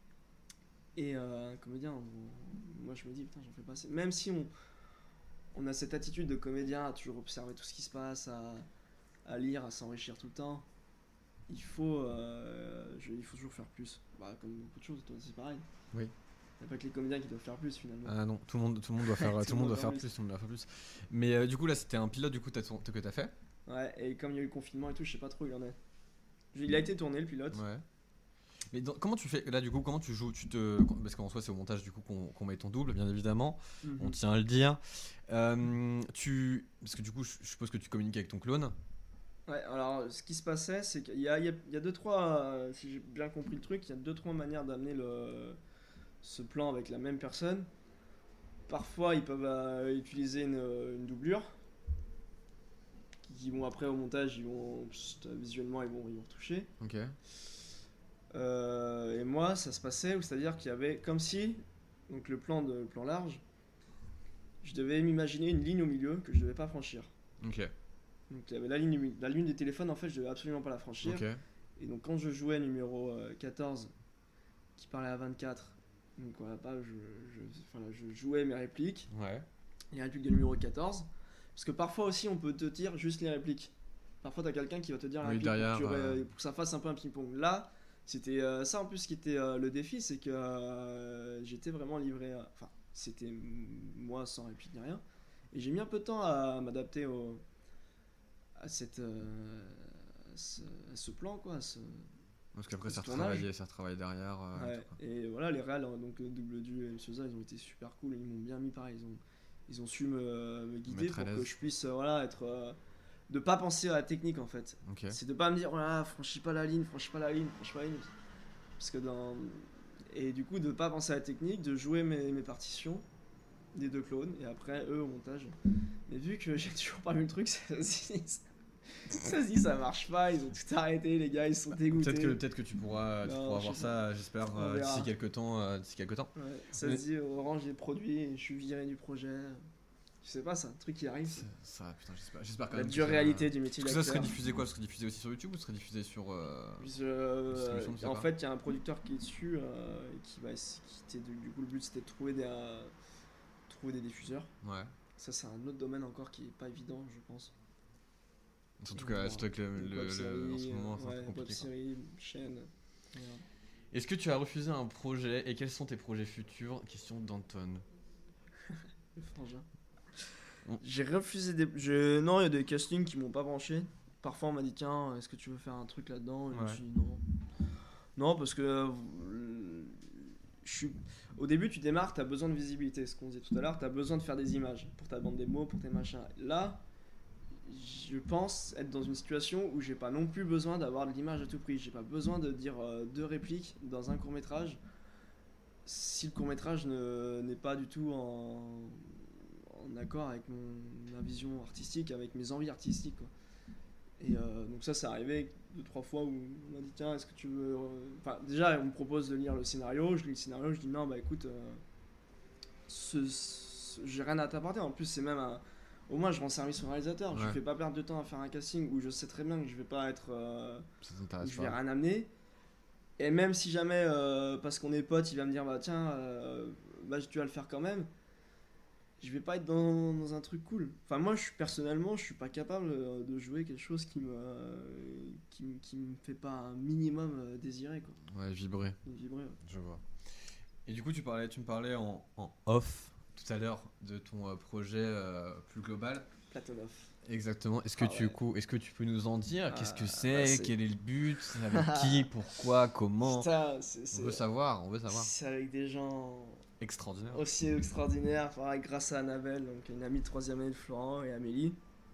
Et euh, un comédien, on- moi, je me dis putain, j'en fais pas assez. Même si on on a cette attitude de comédien à toujours observer tout ce qui se passe, à, à lire, à s'enrichir tout le temps. il faut, euh, je- il faut toujours faire plus. Bah, comme beaucoup de choses, toi c'est pareil. Oui. Il n'y a pas que les comédiens qui doivent faire plus finalement. Ah non, tout le monde, tout le monde doit faire, tout le monde doit faire plus, tout le monde doit faire plus. Mais euh, du coup là c'était un pilote du coup t'as tour- que t'as fait. Ouais, et comme il y a eu le confinement et tout, je sais pas trop où il en est. Il a été tourné le pilote. Ouais. Mais dans- comment tu fais là du coup, comment tu joues, tu te, parce qu'en soi c'est au montage du coup qu'on qu'on met ton double bien évidemment, Mhm. on tient à le dire. Euh, tu, parce que du coup je je suppose que tu communiques avec ton clone. Ouais, alors ce qui se passait, c'est qu'il y a, il y, a, il y a deux, trois, euh, si j'ai bien compris le truc, il y a deux, trois manières d'amener le, ce plan avec la même personne. Parfois, ils peuvent euh, utiliser une, une doublure, qui vont après au montage, ils vont, juste, euh, visuellement, ils vont, ils vont retoucher. Ok. Euh, et moi, ça se passait, où c'est-à-dire qu'il y avait comme si, donc le plan, de, le plan large, je devais m'imaginer une ligne au milieu que je devais pas franchir. Ok. Donc il y avait la ligne, du mi- la ligne des téléphones, en fait, je devais absolument pas la franchir. Ok. Et donc quand je jouais numéro euh, quatorze, qui parlait à vingt-quatre, donc voilà, pas, je, je, enfin, là, je jouais mes répliques, Ouais. les répliques de numéro quatorze, parce que parfois aussi on peut te dire juste les répliques. Parfois t'as quelqu'un qui va te dire la Oui, réplique derrière, pour, que tu aurais- euh. pour que ça fasse un peu un ping-pong. Là, c'était euh, ça en plus qui était euh, le défi, c'est que euh, j'étais vraiment livré à... Enfin, c'était m- moi sans réplique ni rien. Et j'ai mis un peu de temps à m'adapter au... à cette... euh, à ce, à ce plan, quoi, à ce... Parce qu'après Ce ça tournage. retravaillé, ça retravaille derrière. euh, et Ouais, tout, quoi. et voilà, les réals, hein, donc euh, Double Du et M. Sosa, ils ont été super cool et ils m'ont bien mis pareil. Ils ont, ils ont su me, me guider Mettre à pour que l'aise. je puisse euh, voilà, être. Euh, de pas penser à la technique en fait. Ok. C'est de pas me dire, voilà, franchis pas la ligne, franchis pas la ligne, franchis pas la ligne. Parce que dans. Et du coup, de pas penser à la technique, de jouer mes, mes partitions des deux clones et après eux au montage. Mais vu que j'ai toujours pas vu le truc, ça se dit, ça, se dit, ça marche pas, ils ont tout arrêté, les gars, ils sont dégoûtés. Peut-être que, peut-être que tu pourras, tu Non, pourras je voir sais ça, j'espère, On euh, verra. d'ici quelques temps. euh, d'ici quelques temps. Ouais, ça Mais- se dit, Orange j'ai produit et je suis viré du projet. Je sais pas, c'est un truc qui arrive. Ça, ça, putain, j'espère, j'espère quand La même. dure que- réalité du métier Parce que ça serait d'acteur. diffusé quoi? Ce serait diffusé aussi sur YouTube ou ce serait diffusé sur. euh, Je- distribution, tu sais en pas. fait, il y a un producteur qui est dessus, euh, et qui va essayer- qui était, du du coup, le but c'était de trouver des, euh, trouver des diffuseurs. Ouais. Ça, c'est un autre domaine encore qui est pas évident, je pense. Surtout, que, surtout avec le, Donc, le- web le- série, en ce moment, c'est un ouais, peu web compliqué. quoi. série, chaîne. Voilà. Est-ce que tu as refusé un projet et quels sont tes projets futurs? Question d'Anton. Le frangin. Mm. J'ai refusé des. je- Non, il y a des castings qui m'ont pas branché. Parfois, on m'a dit, tiens, est-ce que tu veux faire un truc là-dedans? Et je me Ouais. suis dit, non. Non, parce que. euh, je suis... Au début, tu démarres, tu as besoin de visibilité. Ce qu'on disait tout à l'heure, tu as besoin de faire des images pour ta bande démo, pour tes machins. Là, je pense être dans une situation où j'ai pas non plus besoin d'avoir de l'image à tout prix. J'ai pas besoin de dire euh, deux répliques dans un court-métrage si le court-métrage ne- n'est pas du tout en, en accord avec mon, ma vision artistique, avec mes envies artistiques, quoi. Et euh, donc ça, c'est arrivé deux trois fois où on m'a dit, tiens, est-ce que tu veux... euh, Enfin, déjà, on me propose de lire le scénario, je lis le scénario, je dis non, bah écoute, euh, ce- ce- j'ai rien à t'apporter. En plus, c'est même un... Au moins, je rends service au réalisateur. Je Ouais. ne fais pas perdre de temps à faire un casting où je sais très bien que je vais pas être... euh, Ça où t'intéresse je vais pas? rien amener. Et même si jamais, euh, parce qu'on est potes, il va me dire, bah tiens, euh, bah, tu vas le faire quand même, je vais pas être dans, dans un truc cool. Enfin, moi, je suis, personnellement, je suis pas capable euh, de jouer quelque chose qui me, euh, qui, me- qui me fait pas un minimum euh, désirer, quoi. Ouais, vibrer, Me vibrer, ouais. je vois. Et du coup, tu, parlais, tu me parlais en, en off tout à l'heure de ton euh, projet euh, plus global. Platonov. Exactement. Est-ce que, Ah tu, ouais. coup, est-ce que tu peux nous en dire? Qu'est-ce que Ah, c'est? bah, c'est- Quel est le but? Avec qui? Pourquoi? Comment? Putain, c'est, On c'est, veut savoir, on veut savoir. c'est avec des gens Extraordinaire. aussi extraordinaire, pareil, grâce à Annabelle, donc une amie de troisième année de Florent, et Amélie,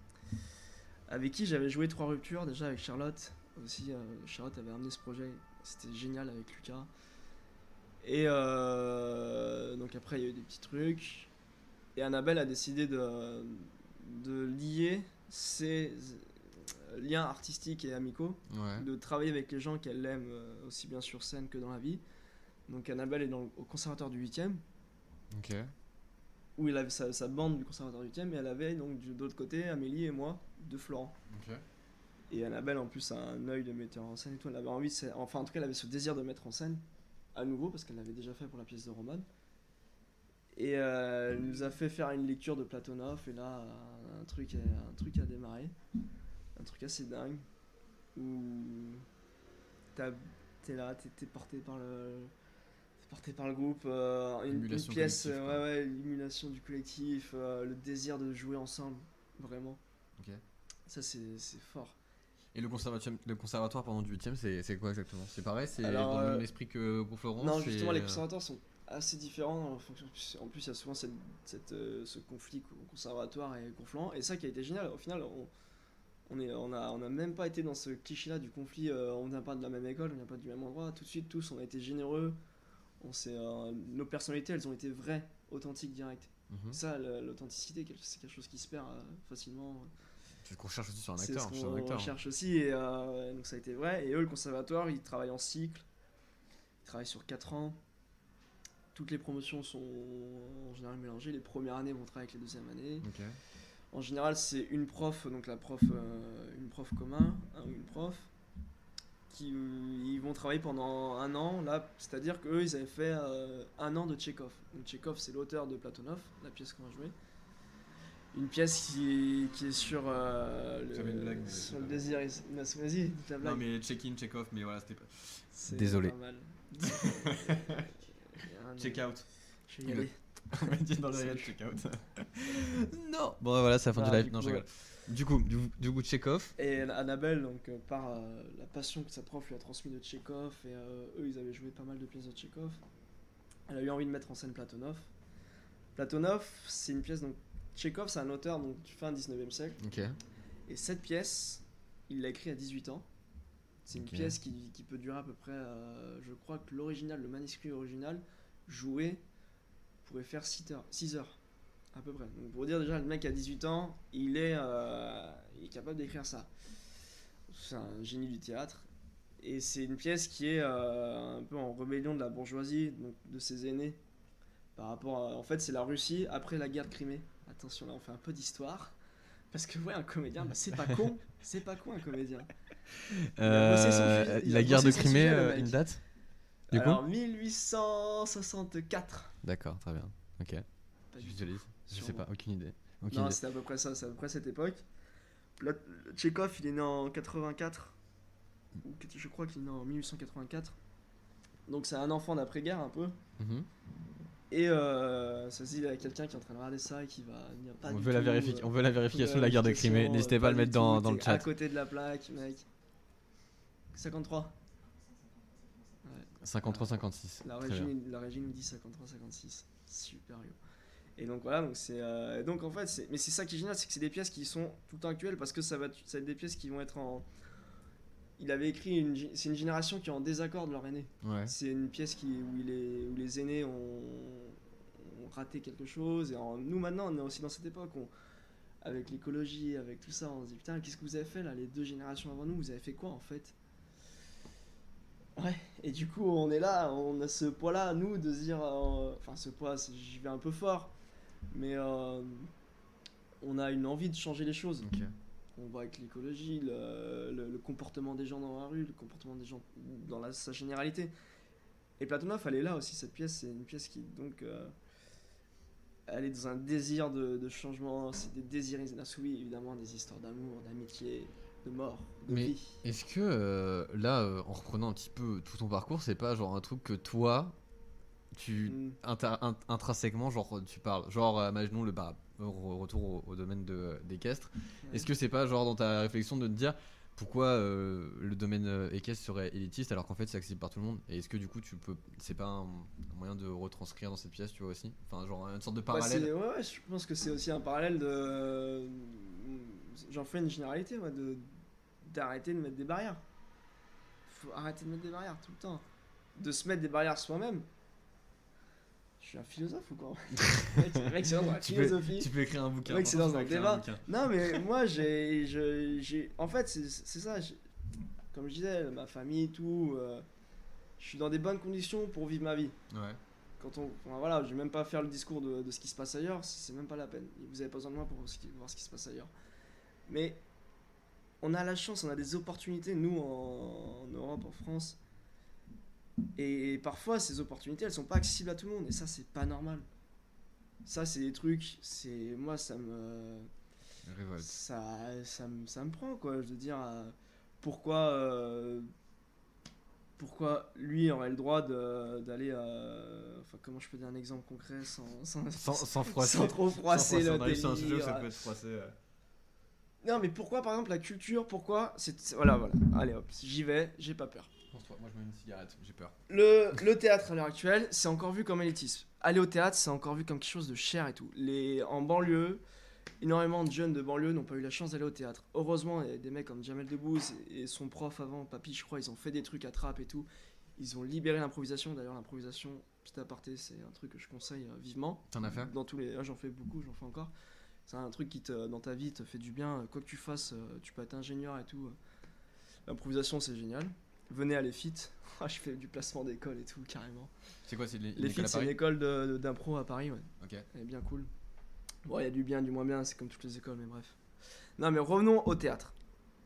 avec qui j'avais joué trois ruptures, déjà avec Charlotte aussi. euh, Charlotte avait amené ce projet, c'était génial avec Lucas. Et euh, donc après il y a eu des petits trucs, et Annabelle a décidé de, de lier ses euh, liens artistiques et amicaux, Ouais. de travailler avec les gens qu'elle aime euh, aussi bien sur scène que dans la vie. Donc Annabelle est dans le- au conservatoire du huitième, Ok. où il avait sa, sa bande du conservatoire du huitième, et elle avait donc du- de l'autre côté Amélie et moi de Florent. Ok. Et Annabelle en plus a un œil de metteur en scène et tout, elle avait envie, de, se- enfin en tout cas elle avait ce désir de mettre en scène à nouveau parce qu'elle l'avait déjà fait pour la pièce de Roman. Et euh, elle nous a fait faire une lecture de Platonov, et là un truc, a- un truc a démarré, un truc assez dingue où t'as- t'es là, t'es, t'es porté par le, t'es porté par le groupe, euh, une, une L'émulation pièce, collective, euh, quoi. ouais, ouais, l'émulation du collectif, euh, le désir de jouer ensemble, vraiment. Ok. Ça c'est, c'est fort. Et le conservatoire, le conservatoire pendant du huitième, c'est c'est quoi exactement? C'est pareil, c'est Alors, dans le euh, même esprit que Gros-Florence? Non, justement, c'est- les conservatoires sont assez différents en fonction. En plus, il y a souvent cette, cette, euh, ce conflit au conservatoire et Conflans. Et ça qui a été génial, au final, on, on, est, on, a, on a même pas été dans ce cliché-là du conflit. euh, on vient pas de la même école, on vient pas du même endroit. Tout de suite, tous, on a été généreux. On s'est, euh, nos personnalités, elles ont été vraies, authentiques, directes. Mhm. Ça, le- l'authenticité, quel- c'est quelque chose qui se perd euh, facilement. C'est ce qu'on cherche aussi sur un C'est acteur. ce chez un qu'on acteur. recherche aussi. Et euh, donc, ça a été vrai. Et eux, le conservatoire, ils travaillent en cycle. Ils travaillent sur quatre ans. Toutes les promotions sont en général mélangées. Les premières années vont travailler avec les deuxièmes années. Ok. En général, c'est une prof, donc la prof, euh, une prof commun, un ou une prof, qui euh, ils vont travailler pendant un an. Là, c'est-à-dire qu'eux, ils avaient fait euh, un an de Tchekhov. Donc Tchekhov, c'est l'auteur de Platonov, la pièce qu'on va jouer. Une pièce qui, qui est sur, euh, J'avais une blague, mais sur c'est le pas désir. Non, c'est- vas-y, dis ta blague. Non mais check-in, check-off, mais voilà, c'était pas. C'est désolé. pas mal. Check-out. Je vais y aller. On m'a dit dans le C'est- réel, check-out. Non. Bon voilà, c'est la fin Ah, du live. du Non, coup, je rigole. Du coup, du, du coup, check-off. Et Annabelle, donc euh, par euh, la passion que sa prof lui a transmis de Tchekhov, et euh, eux ils avaient joué pas mal de pièces de Tchekhov, elle a eu envie de mettre en scène Platonov. Platonov, c'est une pièce, donc Tchekhov c'est un auteur donc, du fin dix-neuvième siècle, Ok. et cette pièce, il l'a écrite à dix-huit ans. C'est une Ok. pièce qui, qui peut durer à peu près, euh, je crois que l'original, le manuscrit original, joué, pourrait faire six heures. six heures. À peu près. Donc pour dire déjà, le mec à dix-huit ans, il est, euh, il est capable d'écrire ça. C'est un génie du théâtre. Et c'est une pièce qui est euh, un peu en rébellion de la bourgeoisie, donc de ses aînés. Par rapport à... En fait, c'est la Russie après la guerre de Crimée. Attention, là, on fait un peu d'histoire. Parce que, ouais, un comédien, bah, c'est pas con. C'est pas con, un comédien. a bossé son Euh, sujet- il a la guerre de bossé son Crimée, sujet, le euh, mec. une date Du coup Alors, mille huit cent soixante-quatre. D'accord, très bien. Ok. Pas Je du visualise. Je sais Sûrement. pas, aucune idée. Aucune Non, idée. c'était à peu près ça, c'est à peu près cette époque. Là, Tchekhov, il est né en quatre-vingt-quatre. Ou que- je crois qu'il est né en mille huit cent quatre-vingt-quatre. Donc c'est un enfant d'après-guerre un peu. Mhm. Et euh, ça se dit, il y a quelqu'un qui est en train de regarder ça et qui va dire pas On, du veut la tout, vérifi- euh, on veut la vérification de la guerre de Crimée. vérification, N'hésitez pas à le du mettre dans, tout, dans le t'es chat. à côté de la plaque, mec. cinquante-trois. cinquante-trois cinquante-six. La Très régie, bien. la régie nous dit cinquante-trois cinquante-six. Super yo. Et donc voilà, donc c'est euh, donc en fait c'est mais c'est ça qui est génial, c'est que c'est des pièces qui sont tout le temps actuelles parce que ça va ça va être des pièces qui vont être en il avait écrit une gé- c'est une génération qui est en désaccord de leur aîné. Ouais. C'est une pièce qui où il est où les aînés ont, ont raté quelque chose et en, nous maintenant on est aussi dans cette époque on, avec l'écologie, avec tout ça, on se dit putain, qu'est-ce que vous avez fait là les deux générations avant nous, vous avez fait quoi en fait? Ouais, et du coup, on est là, on a ce poids-là, nous, de se dire. euh, Enfin, ce poids, c'est- j'y vais un peu fort, mais euh, on a une envie de changer les choses. Ok. On voit avec l'écologie, le, le- le comportement des gens dans la rue, le comportement des gens dans la, sa généralité. Et Platonov, elle est là aussi, cette pièce, c'est une pièce qui, donc. euh, elle est dans un désir de, de changement, c'est des désirs inassouvis, évidemment, des histoires d'amour, d'amitié, de mort, de Mais- vie. Est-ce que euh, là, euh, en reprenant un petit peu tout ton parcours, c'est pas genre un truc que toi, tu Mm. inter- int- intrinsèquement, genre tu parles, genre euh, imaginons le bah, re- retour au, au domaine de d'équestre. Ouais. Est-ce que c'est pas genre dans ta réflexion de te dire pourquoi euh, le domaine euh, équestre serait élitiste alors qu'en fait c'est accessible par tout le monde? Et est-ce que du coup tu peux, c'est pas un, un moyen de retranscrire dans cette pièce, tu vois aussi, enfin genre une sorte de Bah, parallèle. c'est- ouais, ouais, je pense que c'est aussi un parallèle de. J'en fais une généralité, moi, de d'arrêter de mettre des barrières. Faut arrêter de mettre des barrières tout le temps. De se mettre des barrières soi-même. Je suis un philosophe ou quoi? Mec, c'est- mec, c'est dans la tu, peux, philosophie. tu peux écrire un bouquin. Mec, c'est Franchement, dans un tu peux écrire débat. bouquin. Non, mais moi, j'ai. je- j'ai En fait, c'est c'est ça. j'ai- Comme je disais, ma famille, tout. euh, je suis dans des bonnes conditions pour vivre ma vie. Ouais. Quand on, enfin, voilà, je vais même pas faire le discours de, de ce qui se passe ailleurs, c'est c'est même pas la peine. Vous avez pas besoin de moi pour voir ce qui, voir ce qui se passe ailleurs. Mais on a la chance, on a des opportunités, nous, en, en Europe, en France. Et, parfois, ces opportunités, elles sont pas accessibles à tout le monde. Et ça, c'est pas normal. Ça, c'est des trucs, c'est moi, ça me, Révolte. ça, ça, me, ça me prend, quoi. Je veux dire, euh, pourquoi, euh, pourquoi lui aurait le droit de- d'aller à... Enfin, comment je peux dire un exemple concret sans, sans, Sans, sans froisser. sans trop froisser Sans le on arrive sur un sujet où délire. ça peut être froissé. euh. Non, mais pourquoi, par exemple, la culture, pourquoi c'est, c'est- Voilà, voilà. Allez, hop, j'y vais, j'ai pas peur. Pense-toi, moi je mets une cigarette, j'ai peur. Le, le théâtre à l'heure actuelle, c'est encore vu comme élitisme. Aller au théâtre, c'est encore vu comme quelque chose de cher et tout. Les, en banlieue, énormément de jeunes de banlieue n'ont pas eu la chance d'aller au théâtre. Heureusement, il y a des mecs comme Jamel Debbouze et son prof avant, Papy, je crois, ils ont fait des trucs à trappe et tout. Ils ont libéré l'improvisation. D'ailleurs, l'improvisation, petit aparté, c'est un truc que je conseille euh, vivement. T'en as fait? Dans tous les, ah, j'en fais beaucoup, j'en fais encore. C'est un truc qui te, dans ta vie, te fait du bien. Quoi que tu fasses, euh, tu peux être ingénieur et tout. L'improvisation, c'est génial. Venez à l'E F I T. Ah, je fais du placement d'école et tout, carrément. C'est quoi, c'est l'é- L'E F I l'école T, à c'est une Paris? école de- de- d'impro à Paris, ouais. Ok. Elle est bien cool. Bon, il y a du bien, du moins bien, c'est comme toutes les écoles, mais bref. Non, mais revenons au théâtre.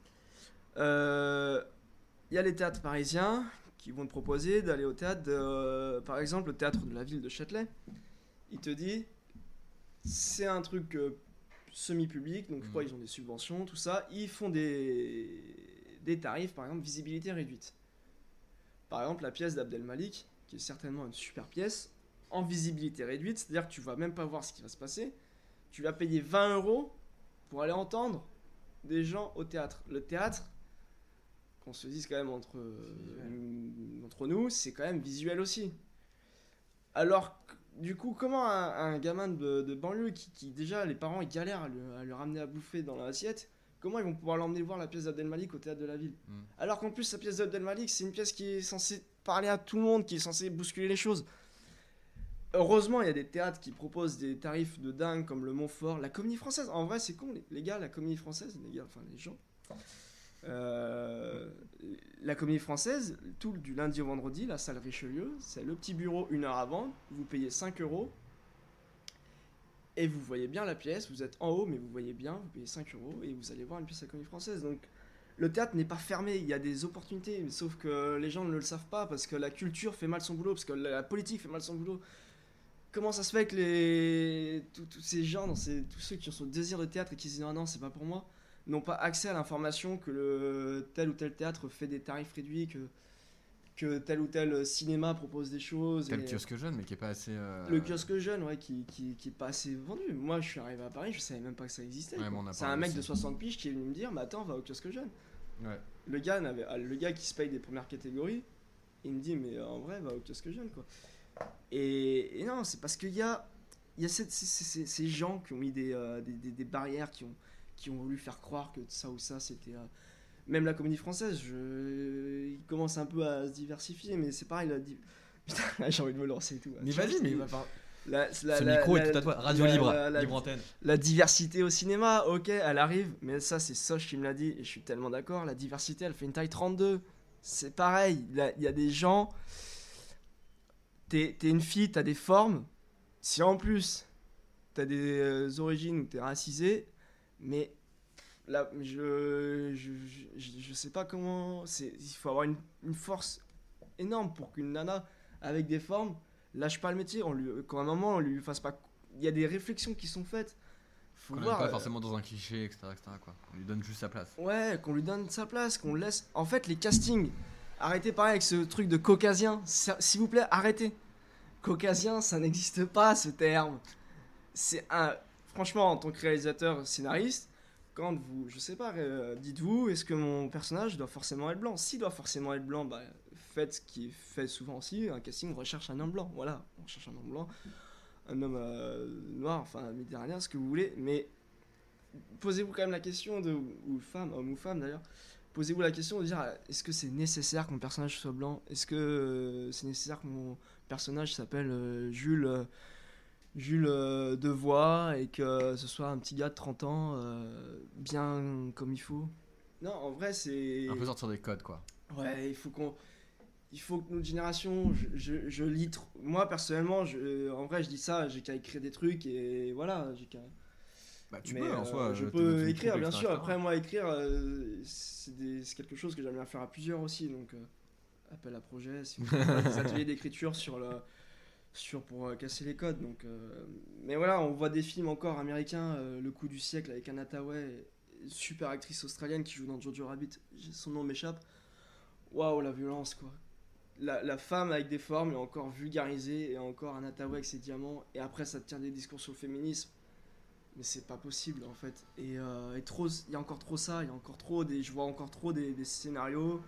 Euh, Il y a les théâtres parisiens qui vont te proposer d'aller au théâtre, de, par exemple, le théâtre de la ville de Châtelet. Il te dit, c'est un truc euh, semi-public, donc je crois Mhm. qu'ils ont des subventions, tout ça. Ils font des, des tarifs, par exemple, visibilité réduite. Par exemple, la pièce d'Abdel Malik, qui est certainement une super pièce, en visibilité réduite, c'est-à-dire que tu vas même pas voir ce qui va se passer. Tu vas payer vingt euros pour aller entendre des gens au théâtre. Le théâtre, qu'on se dise quand même entre, euh, entre nous, c'est quand même visuel aussi. Alors, que, du coup, comment un, un gamin de, de banlieue qui, qui, déjà, les parents, ils galèrent à lui, à lui ramener à bouffer dans l'assiette, comment ils vont pouvoir l'emmener voir la pièce d'Abdel Malik au théâtre de la ville? Mm. Alors qu'en plus, la pièce d'Abdel Malik, c'est une pièce qui est censée parler à tout le monde, qui est censée bousculer les choses. Heureusement, il y a des théâtres qui proposent des tarifs de dingue comme le Montfort, la Comédie Française. En vrai, c'est con, les, les gars, la Comédie Française, les gars, enfin les gens. Euh, la Comédie Française, tout du lundi au vendredi, la salle Richelieu, c'est le petit bureau une heure avant. Vous payez cinq euros et vous voyez bien la pièce. Vous êtes en haut, mais vous voyez bien, vous payez cinq euros et vous allez voir une pièce à la Comédie Française. Donc, le théâtre n'est pas fermé, il y a des opportunités, sauf que les gens ne le savent pas parce que la culture fait mal son boulot, parce que la politique fait mal son boulot. Comment ça se fait que les... tous, tous ces gens, dans ces... tous ceux qui ont ce désir de théâtre et qui se disent non, non, c'est pas pour moi, n'ont pas accès à l'information que le tel ou tel théâtre fait des tarifs réduits, que, que tel ou tel cinéma propose des choses. T'as le et- kiosque jeune, mais qui est pas assez. euh, Le kiosque jeune, ouais, qui, qui, qui est pas assez vendu. Moi, je suis arrivé à Paris, je savais même pas que ça existait. Ouais, quoi. mais on a C'est parlé un mec aussi. de soixante piges qui est venu me dire, mais attends, va au kiosque jeune. Ouais. Le gars, n'avait, ah, le gars qui se paye des premières catégories, il me dit, mais euh, en vrai, va au kiosque jeune, quoi. Et, et non, c'est parce qu'il y a, il y a cette- ces, ces- ces- ces gens qui ont mis des, euh, des, des- des barrières, qui ont, qui ont voulu faire croire que ça ou ça, c'était... euh, Même la Comédie Française, je... il commence un peu à se diversifier, mais c'est pareil, la di- Putain, là, j'ai envie de me lancer et tout. Mais Tu vois, vas-y, mais je- va pas. la, Ce la- la- micro la- est tout à toi. Radio la- libre, la- la- libre antenne. La diversité au cinéma, ok, elle arrive, mais ça, c'est Soch qui me l'a dit, et je suis tellement d'accord. La diversité, elle fait une taille trente-deux. C'est pareil, il y a- il y a des gens. T'es t'es une fille, t'as des formes. Si en plus, t'as des euh, origines où t'es racisé, mais là, je, je, je, je sais pas comment. c'est- Il faut avoir une, une force énorme pour qu'une nana avec des formes lâche pas le métier. On lui, qu'à un moment, on lui fasse pas. Il y a des réflexions qui sont faites. Faut Qu'on voir. pas euh, forcément dans un cliché, et cetera, et cetera quoi. On lui donne juste sa place. Ouais, qu'on lui donne sa place, qu'on laisse. En fait, les castings. Arrêtez pareil avec ce truc de caucasien. Ça- S'il vous plaît, arrêtez. Caucasien, ça n'existe pas ce terme. C'est un. Franchement, en tant que réalisateur, scénariste, quand vous. Je sais pas, euh, dites-vous, est-ce que mon personnage doit forcément être blanc? S'il doit forcément être blanc, bah, faites ce qui est fait souvent aussi. Un casting recherche un homme blanc. Voilà, on recherche un homme blanc. Un homme euh, noir, enfin méditerranéen, ce que vous voulez. Mais posez-vous quand même la question de. Ou femme, homme ou femme d'ailleurs. Posez-vous la question de dire euh, est-ce que c'est nécessaire que mon personnage soit blanc? Est-ce que euh, c'est nécessaire que mon personnage s'appelle euh, Jules, euh, Jules euh, Devoix et que ce soit un petit gars de trente ans euh, bien comme il faut? Non, en vrai, c'est. Un peu sortir des codes quoi. Ouais, il faut qu'on. Il faut que notre génération, je, je, je lis trop. Moi personnellement, je, en vrai, je dis ça, j'ai qu'à écrire des trucs et voilà, j'ai qu'à. Bah tu Mais, peux en euh, soi. je euh, peux t'es dans une écrire, troupe, bien et cetera, sûr. et cetera. Après, moi, écrire, euh, c'est des- c'est quelque chose que j'aime bien faire à plusieurs aussi. Donc, euh, appel à projet, si vous voulez faire des ateliers d'écriture sur le, sur pour euh, casser les codes. Donc, euh, mais voilà, on voit des films encore américains, euh, Le coup du siècle avec Anna Hathaway, super actrice australienne qui joue dans Jojo Rabbit. J'ai- Son nom m'échappe. Waouh, la violence, quoi. la, la femme avec des formes est encore vulgarisée et encore un Hathaway avec ses diamants. Et après, ça tient des discours sur le féminisme. Mais c'est pas possible en fait. Et, euh, et trop, il y a encore trop ça, il y a encore trop des, je vois encore trop des, des scénarios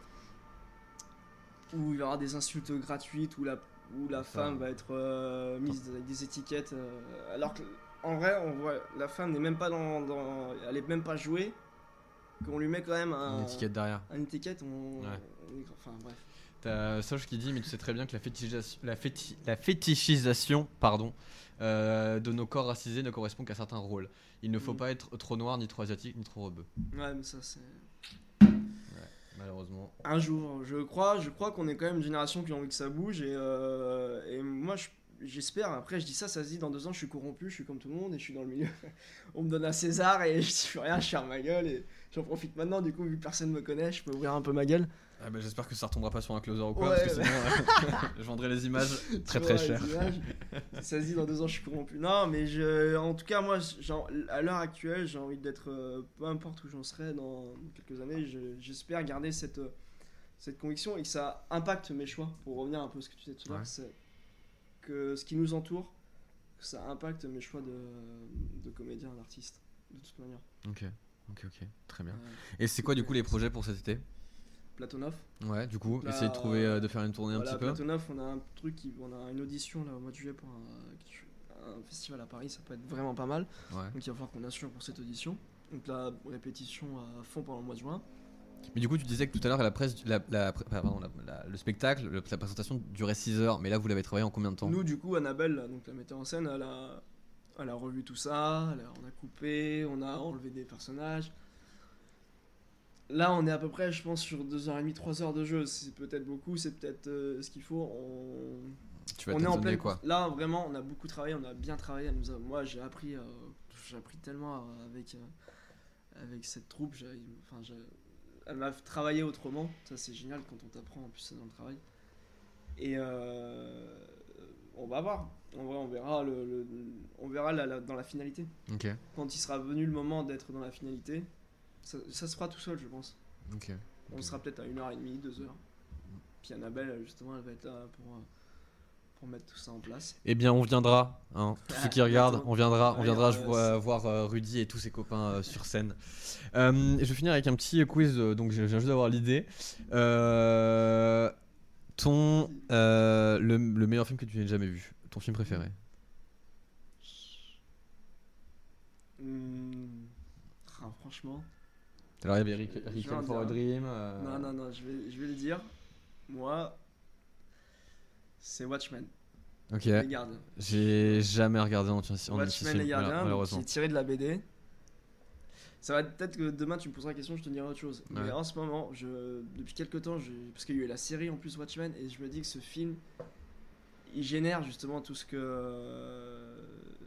où il y aura des insultes gratuites, où la, où la femme va être euh, mise avec des étiquettes. Euh, alors qu'en vrai, on voit, la femme n'est même pas dans, dans, elle est même pas jouée, qu'on lui met quand même un, Une étiquette derrière. une étiquette. On, Ouais. on- enfin bref. T'as Soch qui dit, mais tu sais très bien que la fétichisation, la féti- la fétichisation pardon, euh, de nos corps racisés ne correspond qu'à certains rôles. Il ne faut Mm. pas être trop noir, ni trop asiatique, ni trop rebeu. Ouais, mais ça c'est. Malheureusement. Un jour, je crois, je crois qu'on est quand même une génération qui a envie que ça bouge et, euh, et moi je- j'espère. Après, je dis ça, ça se dit dans deux ans, je suis corrompu, je suis comme tout le monde et je suis dans le milieu. On me donne un César et je dis plus rien, je ferme ma gueule et j'en profite maintenant. Du coup, vu que personne me connaît, je peux ouvrir un peu ma gueule. Ah bah, j'espère que ça retombera pas sur un closer ou quoi, Ouais, parce que ouais. sinon euh, je vendrai les images très Tu très vois, cher. les images, ça se dit dans deux ans, je suis corrompu. Non, mais je, en tout cas, moi, genre, à l'heure actuelle, j'ai envie d'être, euh, peu importe où j'en serai dans quelques années, je- j'espère garder cette, euh, cette conviction et que ça impacte mes choix. Pour revenir un peu à ce que tu disais tout à l'heure, Ouais. c'est que ce qui nous entoure, que ça impacte mes choix de, de comédien, d'artiste, de toute manière. Ok, ok, ok, très bien. Euh, Et c'est quoi du coup les projets pour cet été? Platonov. Ouais, du coup, Là, essayer de trouver, euh, de faire une tournée Voilà, un petit peu. Platonov, on a un truc, qui, on a une audition là au mois de juillet pour un, un festival à Paris, ça peut être vraiment pas mal. Ouais. Donc il va falloir qu'on assure pour cette audition. Donc la répétition à fond pendant le mois de juin. Mais du coup, tu disais que tout à l'heure, la presse, la, la- pardon, la- la- le spectacle, le- la présentation durait six heures, mais là, vous l'avez travaillé en combien de temps? Nous du coup, Annabelle, là, donc la metteur en scène, elle a, elle a revu tout ça, elle a- on a coupé, on a enlevé des personnages. Là on est à peu près je pense sur deux heures trente, trois heures de jeu. C'est peut-être beaucoup, c'est peut-être euh, ce qu'il faut. On... Tu vas on est en t'étonner, pleine quoi. Là vraiment on a beaucoup travaillé, on a bien travaillé. Elle nous a- Moi j'ai appris, euh, j'ai appris tellement euh, avec, euh, avec cette troupe. J'ai- Enfin, j'ai- elle m'a travaillé autrement. Ça c'est génial quand on t'apprend en plus ça dans le travail. Et euh, on va voir. En vrai on verra, le, le- on verra la- la- dans la finalité. Ok, Quand il sera venu le moment d'être dans la finalité, ça, ça se fera tout seul je pense. ok. On sera peut-être à une heure trente, deux heures. Puis Annabelle, justement, elle va être là pour, euh, pour mettre tout ça en place. Eh bien, on viendra, hein, tous ceux qui regardent, on viendra, on Ouais, viendra ouais, je vois- c'est- voir euh, Rudy et tous ses copains euh, sur scène. Euh, je vais finir avec un petit quiz, euh, donc je viens juste d'avoir l'idée. Euh, ton, euh, le, le meilleur film que tu n'aies jamais vu, ton film préféré? Hmm. Ah, franchement. Alors il y avait Rick, Je Rick vais en and for a dire un. Dream. euh, Non, non, non, je vais, je vais le dire. Moi, c'est Watchmen. Ok, Les Gardiens. j'ai jamais regardé en entier en entier ce Watchmen, film, les voilà, Gardiens, donc, qui malheureusement. est tiré de la B D. Ça va peut-être que demain tu me poseras la question, je te dirai autre chose. Ouais. Mais en ce moment, je, depuis quelques temps, je, parce qu'il y a eu la série en plus Watchmen, et je me dis que ce film, il génère justement tout ce que euh,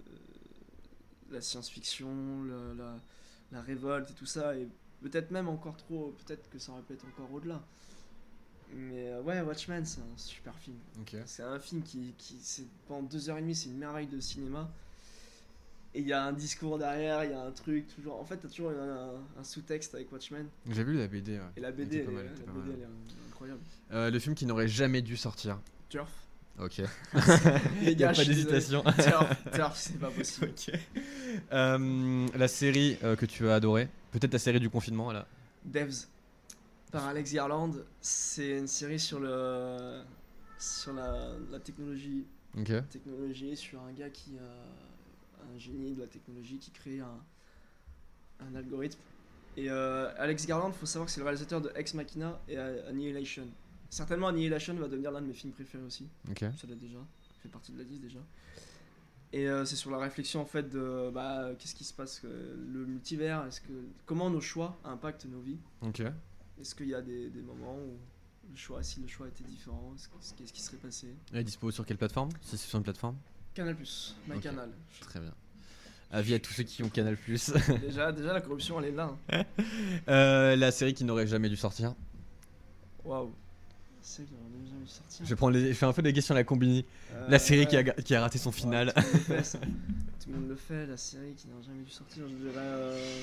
la science-fiction, le- la, la révolte et tout ça, et peut-être même encore trop, peut-être que ça aurait pu être encore au-delà. Mais euh, ouais, Watchmen, c'est un super film. Ok. C'est un film qui, qui c'est, pendant deux heures trente, c'est une merveille de cinéma. Et il y a un discours derrière, il y a un truc, toujours. En fait, t'as toujours un, un sous-texte avec Watchmen. J'ai vu la B D. Ouais. Et la B Elle D, était pas elle, mal, est- elle était la pas B D, mal. elle est incroyable. Euh, le film qui n'aurait jamais dû sortir. Turf. Ok. Les Y gars, a je pas suis désolé. d'hésitation. Turf, Turf, c'est pas possible. Ok. Euh, la série euh, que tu as adorée, peut-être la série du confinement, là. Devs, par Alex Garland. C'est une série sur, le, sur la, la technologie. Ok. technologie sur un gars qui a un génie de la technologie qui crée un, un algorithme. Et euh, Alex Garland, faut savoir que c'est le réalisateur de Ex Machina et euh, Annihilation. Certainement Annihilation va devenir l'un de mes films préférés aussi. Ok. Ça l'a déjà, fait partie de la liste déjà. Et euh, c'est sur la réflexion en fait de bah, qu'est-ce qui se passe, euh, le multivers, est-ce que comment nos choix impactent nos vies. Ok. Est-ce qu'il y a des, des moments où le choix, si le choix était différent, est-ce que- qu'est-ce qui serait passé. Elle est dispo sur quelle plateforme? Si c'est sur une plateforme? Canal plus, ma Ok. canal. Très bien. Avis à tous ceux qui ont Canal Plus. déjà, déjà la corruption elle est là. hein. euh, la série qui n'aurait jamais dû sortir. Waouh. C'est que j'aurais déjà dû sortir. Je, prends les, je fais un peu des questions à la combini. Euh, La série ouais. qui a, qui a raté son Ouais, final. tout, le monde le fait, ça. Tout le monde le fait, la série qui n'a jamais dû sortir, je dirais. euh,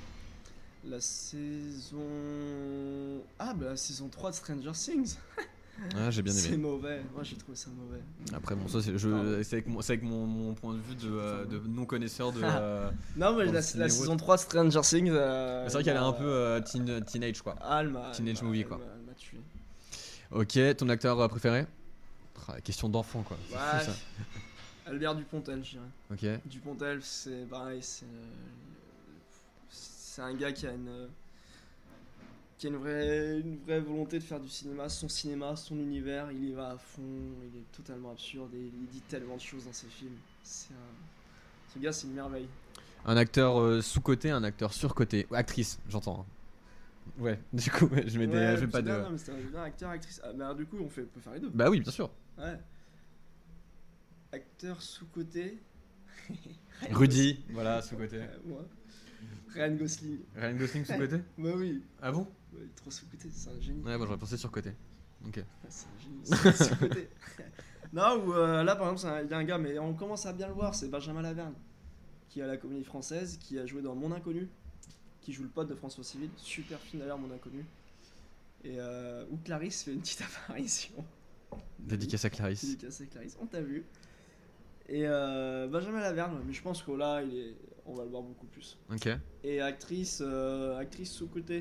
La saison. Ah, bah la saison trois de Stranger Things. Ah, j'ai bien C'est aimé. mauvais, moi j'ai trouvé ça mauvais. Après, bon, ça, c'est, je, Pardon. c'est avec, mon, c'est avec mon, mon point de vue de, euh, de non-connaisseur de. euh, Non, mais Dans la, le ciné la ou saison autre. trois de Stranger Things. euh, c'est vrai qu'elle est m'a- un peu euh, teen- teenage, quoi. Ah, elle m'a- Teenage elle m'a- movie, elle quoi. m'a- Elle m'a tué. Ok, ton acteur euh, préféré? Ah, question d'enfant, quoi. C'est Ouais, fou, ça. Albert Dupontel, je dirais. Ok. Dupontel, c'est pareil, c'est. euh, C'est un gars qui a une. Qui a une vraie, une vraie volonté de faire du cinéma, son cinéma, son univers, il y va à fond, il est totalement absurde et il dit tellement de choses dans ses films. C'est un... Ce gars, c'est une merveille. Un acteur euh, sous-côté, un acteur sur-côté. Actrice, j'entends. hein. Ouais, du coup, ouais, je mets des. Ouais, je fais pas c'est bien, de. non, mais c'est un bien acteur, actrice. Ah, mais alors, du coup, on, fait, on peut faire les deux. Bah oui, bien sûr. Ouais. Acteur sous-côté. Rudy, voilà, sous-côté. Euh, moi. Ryan Gosling. Ryan Gosling sous-côté? Bah oui. Ah bon? Ouais, il est trop sous-côté, c'est un génie. Ouais, bah j'aurais pensé sur-côté. Ok. Ah, c'est un génie, c'est sous-côté. Non, ou euh, là par exemple, c'est un- il y a un gars, mais on commence à bien le voir, c'est Benjamin Laverne, qui est à la Comédie Française, qui a joué dans Mon Inconnu, qui joue le pote de François Civil, super film d'ailleurs, Mon Inconnu. Et euh, où Clarisse fait une petite apparition. Dédicace à Clarisse. Dédicace à Clarisse, on t'a vu. Et euh, Benjamin Laverne, mais je pense que là, il est, on va le voir beaucoup plus. Ok. Et actrice, euh, actrice sous-côté.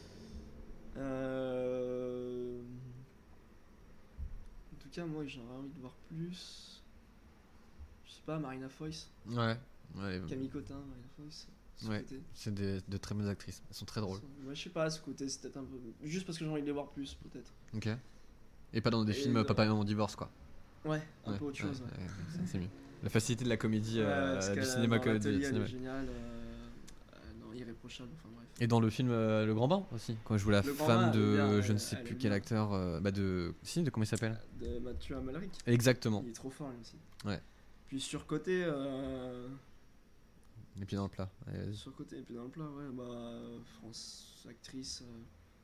Euh... En tout cas, moi j'aurais envie de voir plus. Je sais pas, Marina Foïs, Ouais. Ouais, Camille Cotin, Marina Foïs. Ouais. sous-côté. c'est des- de très bonnes actrices. Elles sont très drôles. Ouais, je sais pas, ce côté, c'est peut-être un peu. Juste parce que j'ai envie de les voir plus, peut-être. Ok. Et pas dans des Et films euh, Papa et Maman divorce, quoi. Ouais, un Ouais, peu autre chose. ouais, Ouais. ouais, c'est- c'est mieux. La facilité de la comédie, Ouais, euh, parce du qu'elle, cinéma dans que du l'atelier, elle cinéma. est géniale. Euh... euh, non, irréprochable, enfin bref. Et dans le film euh, Le Grand Bain aussi, quand je joue la Le Grand femme Bain, elle est de bien, je ne elle- sais elle plus est quel bien. acteur, euh, bah de si, de comment il s'appelle? De Mathieu Amalric. Exactement. Il est trop fort lui aussi. Ouais. Puis sur côté, euh... Les pieds dans le plat. Allez, vas-y. sur côté et puis dans le plat, ouais, bah euh, France actrice. Euh...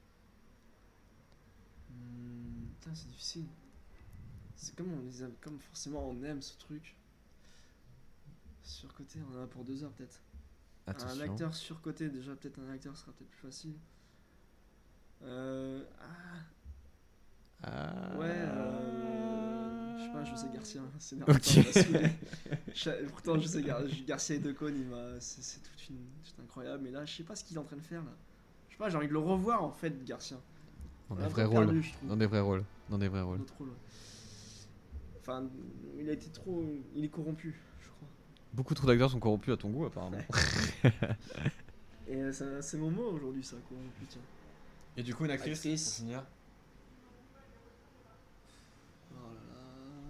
hmm, Putain, c'est difficile. C'est comme on les aime, comme forcément on aime ce truc. Sur côté, on en a pour deux heures peut-être. Un Attention. acteur sur côté, déjà peut-être un acteur sera peut-être plus facile. Euh... Ah, Ah. ouais. Euh... Je sais pas, José Garcia. C'est Ok. nerveux, ça m'a saoulé. Je- Pourtant, José Gar... Garcia et Decaune, il m'a... c'est, c'est toute une... c'est incroyable. Mais là, je sais pas ce qu'il est en train de faire là. Je sais pas, j'ai envie de le revoir en fait, Garcia. Dans On des l'a un vrais peu rôles. perdu, je trouve. Dans des vrais rôles. Dans des vrais rôles. Notre rôle, ouais. Enfin, il a été trop. Il est corrompu, je crois. Beaucoup trop d'acteurs sont corrompus à ton goût apparemment. Et euh, ça- c'est mon mot aujourd'hui, ça, corrompu, tiens. Et du coup une actrice, Actrice. pour finir. Oh là là.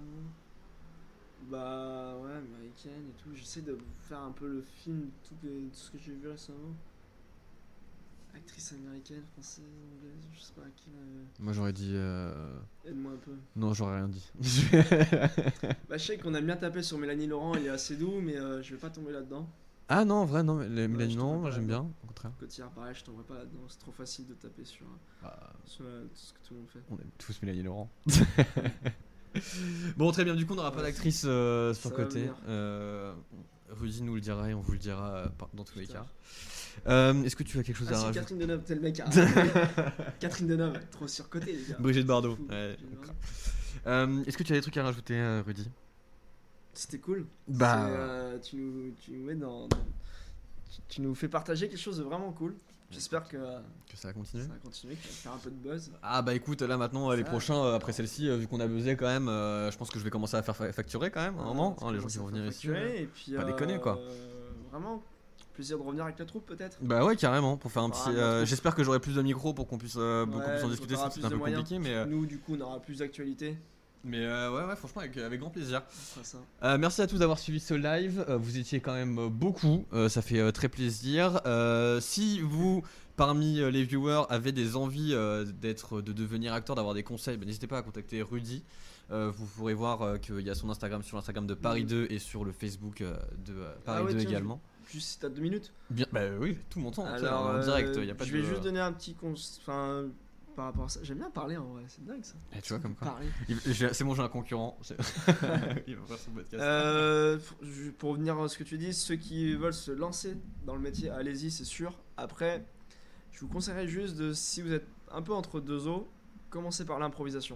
Bah ouais, américaine et tout. J'essaie de faire un peu le film, tout, les- tout ce que j'ai vu récemment. Actrice américaine, française, anglaise, je sais pas à qui. euh, Moi j'aurais dit euh... Aide-moi un peu. non, j'aurais rien dit. Bah, je sais qu'on a bien tapé sur Mélanie Laurent, il est assez doux, mais euh, je vais pas tomber là-dedans. Ah non, en vrai non, mais les Mélanie je non, trouve moi pas j'aime là-dedans. bien, au contraire. Cotillard, pareil, je tomberai pas là-dedans. C'est trop facile de taper sur, Bah, sur euh, tout ce que tout le monde fait. on aime tous Mélanie Laurent. Bon, très bien, du coup on n'aura pas d'actrice euh, sur Ça le va côté. venir. Euh, Rudy nous le dira et on vous le dira euh, par- dans tous les Putain. cas. Euh, Est-ce que tu as quelque chose Ah à si, rajouter? Catherine Deneuve, t'es le mec à... Catherine Deneuve, trop surcotée les gars. Brigitte Bardot. Fou. Ouais. Brigitte Bardot. Euh, Est-ce que tu as des trucs à rajouter, euh, Rudy? C'était cool. Bah, C'est, euh, tu, nous, tu nous mets dans... dans- tu, tu nous fais partager quelque chose de vraiment cool. J'espère que euh, que ça va continuer. ça va continuer, que ça va faire un peu de buzz. Ah bah écoute, là maintenant euh, les Ça, prochains, euh, après celle-ci, euh, vu qu'on a buzzé quand même, euh, je pense que je vais commencer à faire fa- facturer quand même, à un moment, Ça hein, les gens commence qui à vont faire venir ici. facturer, euh. et puis, Pas déconner, quoi. euh, Vraiment, plaisir de revenir avec la troupe peut-être. Bah ouais, carrément, pour faire un Ah, petit... bien euh, trop. J'espère que j'aurai plus de micros pour qu'on puisse, euh, beaucoup Ouais, plus en donc discuter, t'auras c'est plus un de peu moyens. compliqué, mais, euh, Nous du coup on aura plus d'actualité. mais euh, ouais, ouais, franchement avec, avec grand plaisir. On fera ça. Euh, merci à tous d'avoir suivi ce live, euh, vous étiez quand même euh, beaucoup, euh, ça fait euh, très plaisir. Euh, si vous, parmi euh, les viewers, avez des envies euh, d'être, de devenir acteur, d'avoir des conseils, bah, n'hésitez pas à contacter Rudy. Euh, vous pourrez voir euh, qu'il y a son Instagram sur l'Instagram de Paris Mhm. deux et sur le Facebook euh, de euh, Paris Ah ouais, deux tiens, également. Juste si t'as deux minutes. Bien, bah oui, tout mon temps, tiens, Alors en euh, direct, il y a pas je de... vais juste donner un petit cons... Enfin, par rapport à ça. J'aime bien parler en vrai, c'est dingue ça. Eh, tu vois comme quoi. Parler. Il- j'ai- C'est bon, j'ai un concurrent. C'est- il va faire son podcast. Euh, pour- je- pour revenir à ce que tu dis, ceux qui veulent se lancer dans le métier, allez-y, c'est sûr. Après, je vous conseillerais juste de, si vous êtes un peu entre deux eaux, commencez par l'improvisation.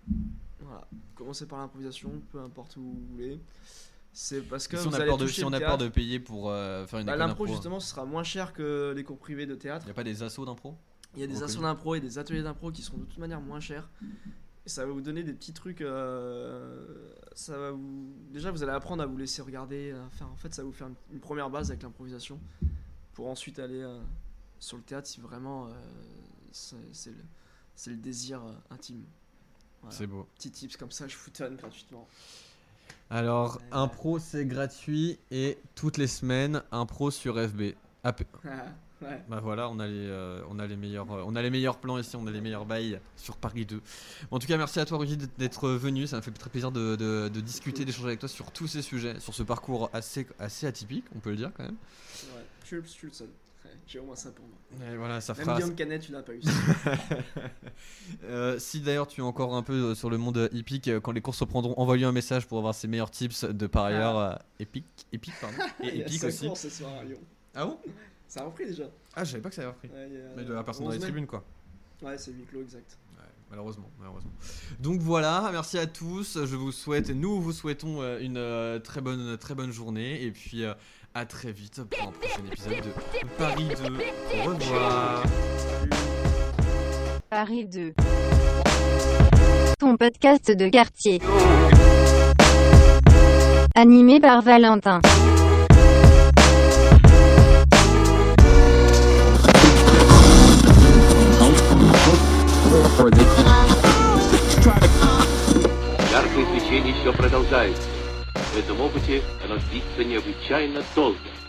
Voilà. Commencez par l'improvisation, peu importe où vous voulez. C'est parce que Si vous on a allez peur de, toucher si le on a théâtre. peur de payer pour euh, faire une Bah, école l'impro d'impro, justement, ce sera moins cher que les cours privés de théâtre. il y a pas des assos d'impro? Il y a des Reconnu. assos d'impro et des ateliers d'impro qui seront de toute manière moins chers. Et ça va vous donner des petits trucs. euh, ça va vous... Déjà, vous allez apprendre à vous laisser regarder. À faire... En fait, ça va vous faire une, une première base avec l'improvisation. Pour ensuite aller euh, sur le théâtre si vraiment euh, c'est, c'est, le, c'est le désir euh, intime. Voilà. C'est beau. Petits tips comme ça, je vous donne gratuitement. Alors, impro c'est gratuit et toutes les semaines, impro sur F B. Ah, pe- Ouais. bah voilà, on a les, euh, on a les meilleurs, euh, on a les meilleurs plans ici, on a les meilleurs bails sur Paris deux. En tout cas, merci à toi Rudy d'être- d'être venu. Ça m'a fait très plaisir de, de, de discuter, d'échanger avec toi sur tous ces sujets, sur ce parcours assez, assez atypique, on peut le dire quand même. Ouais. Je suis le- je suis le seul. Ouais, j'ai au moins ça pour moi. Et voilà, ça Même fera. Guillaume Canet, tu n'as pas eu ça. Euh, si d'ailleurs tu es encore un peu euh, sur le monde hippique, euh, quand les courses reprendront, envoie-lui un message pour avoir ses meilleurs tips de par ailleurs euh, épique, épique pardon, et Il y a épique cinq aussi. courses ce soir à Lyon. Ah bon? Ça a repris déjà. Ah, je savais pas que ça avait repris. Ouais, il y a- Mais de la personne dans onze les mai. tribunes quoi. Ouais, c'est huis clos exact. Ouais, malheureusement, malheureusement. Donc voilà, merci à tous. Je vous souhaite, nous vous souhaitons euh, une euh, très bonne, très bonne journée et puis euh, à très vite pour un prochain épisode de Paris deux. Au revoir. Paris deux. Ton podcast de quartier. Animé par Valentin. Яркое свечение еще продолжается. В этом опыте оно длится необычайно долго.